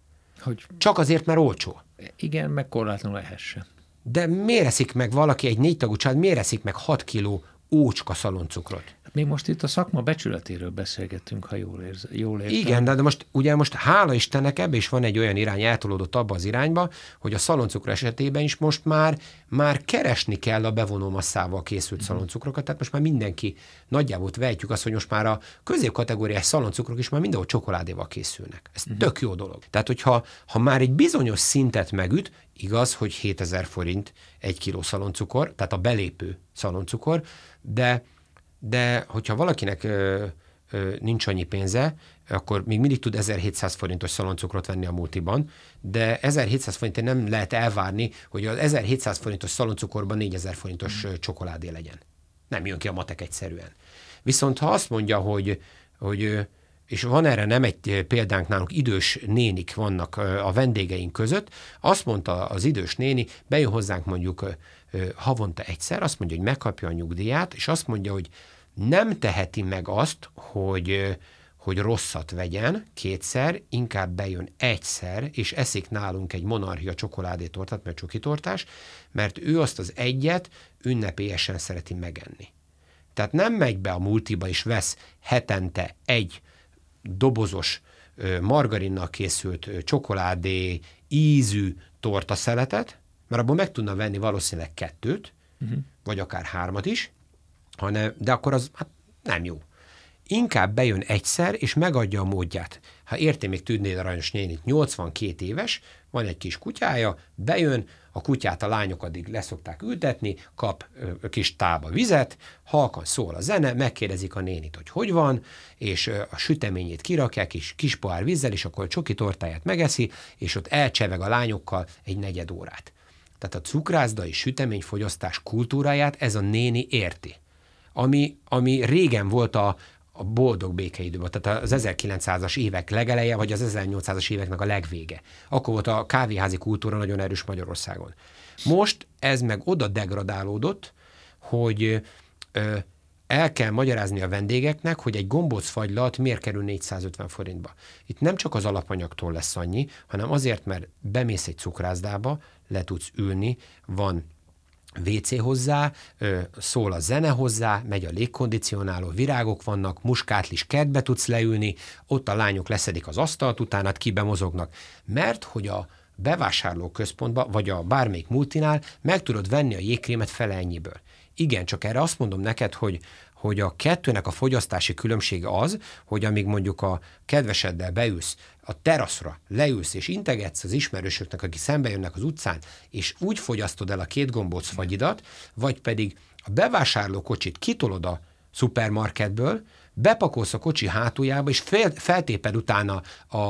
Speaker 2: Csak azért, mert olcsó.
Speaker 3: Igen, meg korlátlanul ehessen.
Speaker 2: De miért eszik meg valaki, egy 4 tagú család, miért eszik meg 6 kiló ócska szaloncukrot?
Speaker 3: Még most itt a szakma becsületéről beszélgettünk, ha jól értem.
Speaker 2: Igen, de most hála Istennek ebbe is van egy olyan irány, eltolódott abba az irányba, hogy a szaloncukor esetében is most már keresni kell a bevonómasszával készült szaloncukrokat, tehát most már mindenki nagyjából vejtjük azt, hogy most már a középkategóriás szaloncukrok is már mindenhol csokoládéval készülnek. Ez tök jó dolog. Tehát, hogyha már egy bizonyos szintet megüt, igaz, hogy 7000 forint 1 kiló szaloncukor, tehát a belépő szaloncukor, de hogyha valakinek nincs annyi pénze, akkor még mindig tud 1700 forintos szaloncukrot venni a multiban, de 1700 forintért nem lehet elvárni, hogy az 1700 forintos szaloncukorban 4000 forintos csokoládé legyen. Nem jön ki a matek egyszerűen. Viszont ha azt mondja, hogy és van erre nem egy példánk, nálunk idős nénik vannak a vendégeink között, azt mondta az idős néni, bejön hozzánk mondjuk havonta egyszer, azt mondja, hogy megkapja a nyugdíját, és azt mondja, hogy nem teheti meg azt, hogy rosszat vegyen 2-szer, inkább bejön 1-szer, és eszik nálunk egy monarchia csokoládétortát, mert csokitortás, mert ő azt az egyet ünnepélyesen szereti megenni. Tehát nem megy be a multiba, és vesz hetente egy dobozos margarinnal készült csokoládé ízű tortaszeletet, mert abból meg tudna venni valószínűleg 2, vagy akár 3 is, de akkor az nem jó. inkább bejön egyszer, és megadja a módját. Ha érti, még Tündér Aranyos nénit, 82 éves, van egy kis kutyája, bejön, a kutyát a lányok addig leszokták ültetni, kap kis tába vizet, halkan szól a zene, megkérdezik a nénit, hogy van, és a süteményét kirakják, kis pohár vízzel, és akkor a csoki tortáját megeszi, és ott elcseveg a lányokkal egy negyed órát. Tehát a cukrászda és süteményfogyasztás kultúráját ez a néni érti. Ami régen volt a boldog békeidőben, tehát az 1900-as évek legeleje, vagy az 1800-as éveknek a legvége. Akkor volt a kávéházi kultúra nagyon erős Magyarországon. Most ez meg oda degradálódott, hogy el kell magyarázni a vendégeknek, hogy egy gombócfagylalt miért kerül 450 forintba. Itt nem csak az alapanyagtól lesz annyi, hanem azért, mert bemész egy cukrászdába, le tudsz ülni, van WC hozzá, szól a zene hozzá, megy a légkondicionáló, virágok vannak, muskátlis kertbe tudsz leülni, ott a lányok leszedik az asztalt, utána kibe mozognak. Mert hogy a bevásárlóközpontba, vagy a bármelyik multinál meg tudod venni a jégkrémet fele ennyiből. Igen, csak erre azt mondom neked, hogy a kettőnek a fogyasztási különbsége az, hogy amíg mondjuk a kedveseddel beülsz a teraszra, leülsz és integetsz az ismerősöknek, akik szembe jönnek az utcán, és úgy fogyasztod el a 2 gombóc fagyidat, vagy pedig a bevásárlókocsit kitolod a szupermarketből, bepakolsz a kocsi hátuljába, és feltéped utána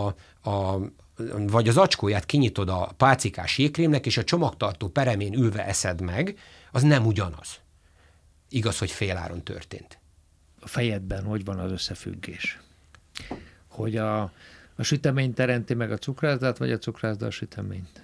Speaker 2: vagy az acskóját kinyitod a pálcikás jégkrémnek, és a csomagtartó peremén ülve eszed meg, az nem ugyanaz. Igaz, hogy féláron történt.
Speaker 3: A fejedben hogy van az összefüggés? Hogy a sütemény teremti meg a cukrászdát, vagy a cukrászda a süteményt?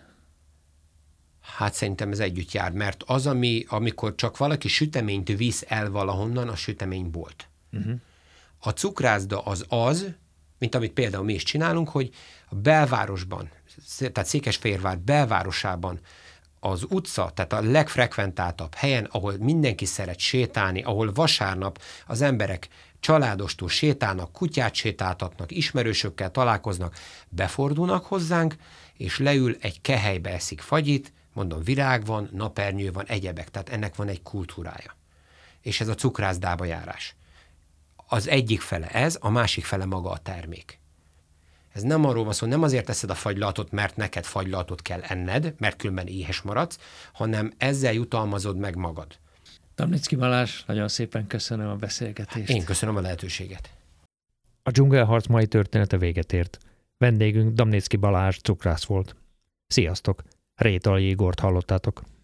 Speaker 2: Hát szerintem ez együtt jár, mert az, amikor csak valaki süteményt visz el valahonnan, a süteménybolt. A cukrászda az, mint amit például mi is csinálunk, hogy a belvárosban, tehát Székesfehérvár belvárosában az utca, tehát a legfrekventáltabb helyen, ahol mindenki szeret sétálni, ahol vasárnap az emberek családostól sétálnak, kutyát sétáltatnak, ismerősökkel találkoznak, befordulnak hozzánk, és leül egy kehelybe eszik fagyit, mondom, virág van, napernyő van, egyebek, tehát ennek van egy kultúrája. És ez a cukrászdába járás. Az egyik fele ez, a másik fele maga a termék. Ez nem arról van szó, nem azért teszed a fagylaltot, mert neked fagylaltot kell enned, mert különben éhes maradsz, hanem ezzel jutalmazod meg magad.
Speaker 3: Damnicki Balázs, nagyon szépen köszönöm a beszélgetést.
Speaker 2: Én köszönöm a lehetőséget.
Speaker 1: A dzsungelharc mai története véget ért. Vendégünk Damnicki Balázs cukrász volt. Sziasztok! Rétay Igort hallottátok.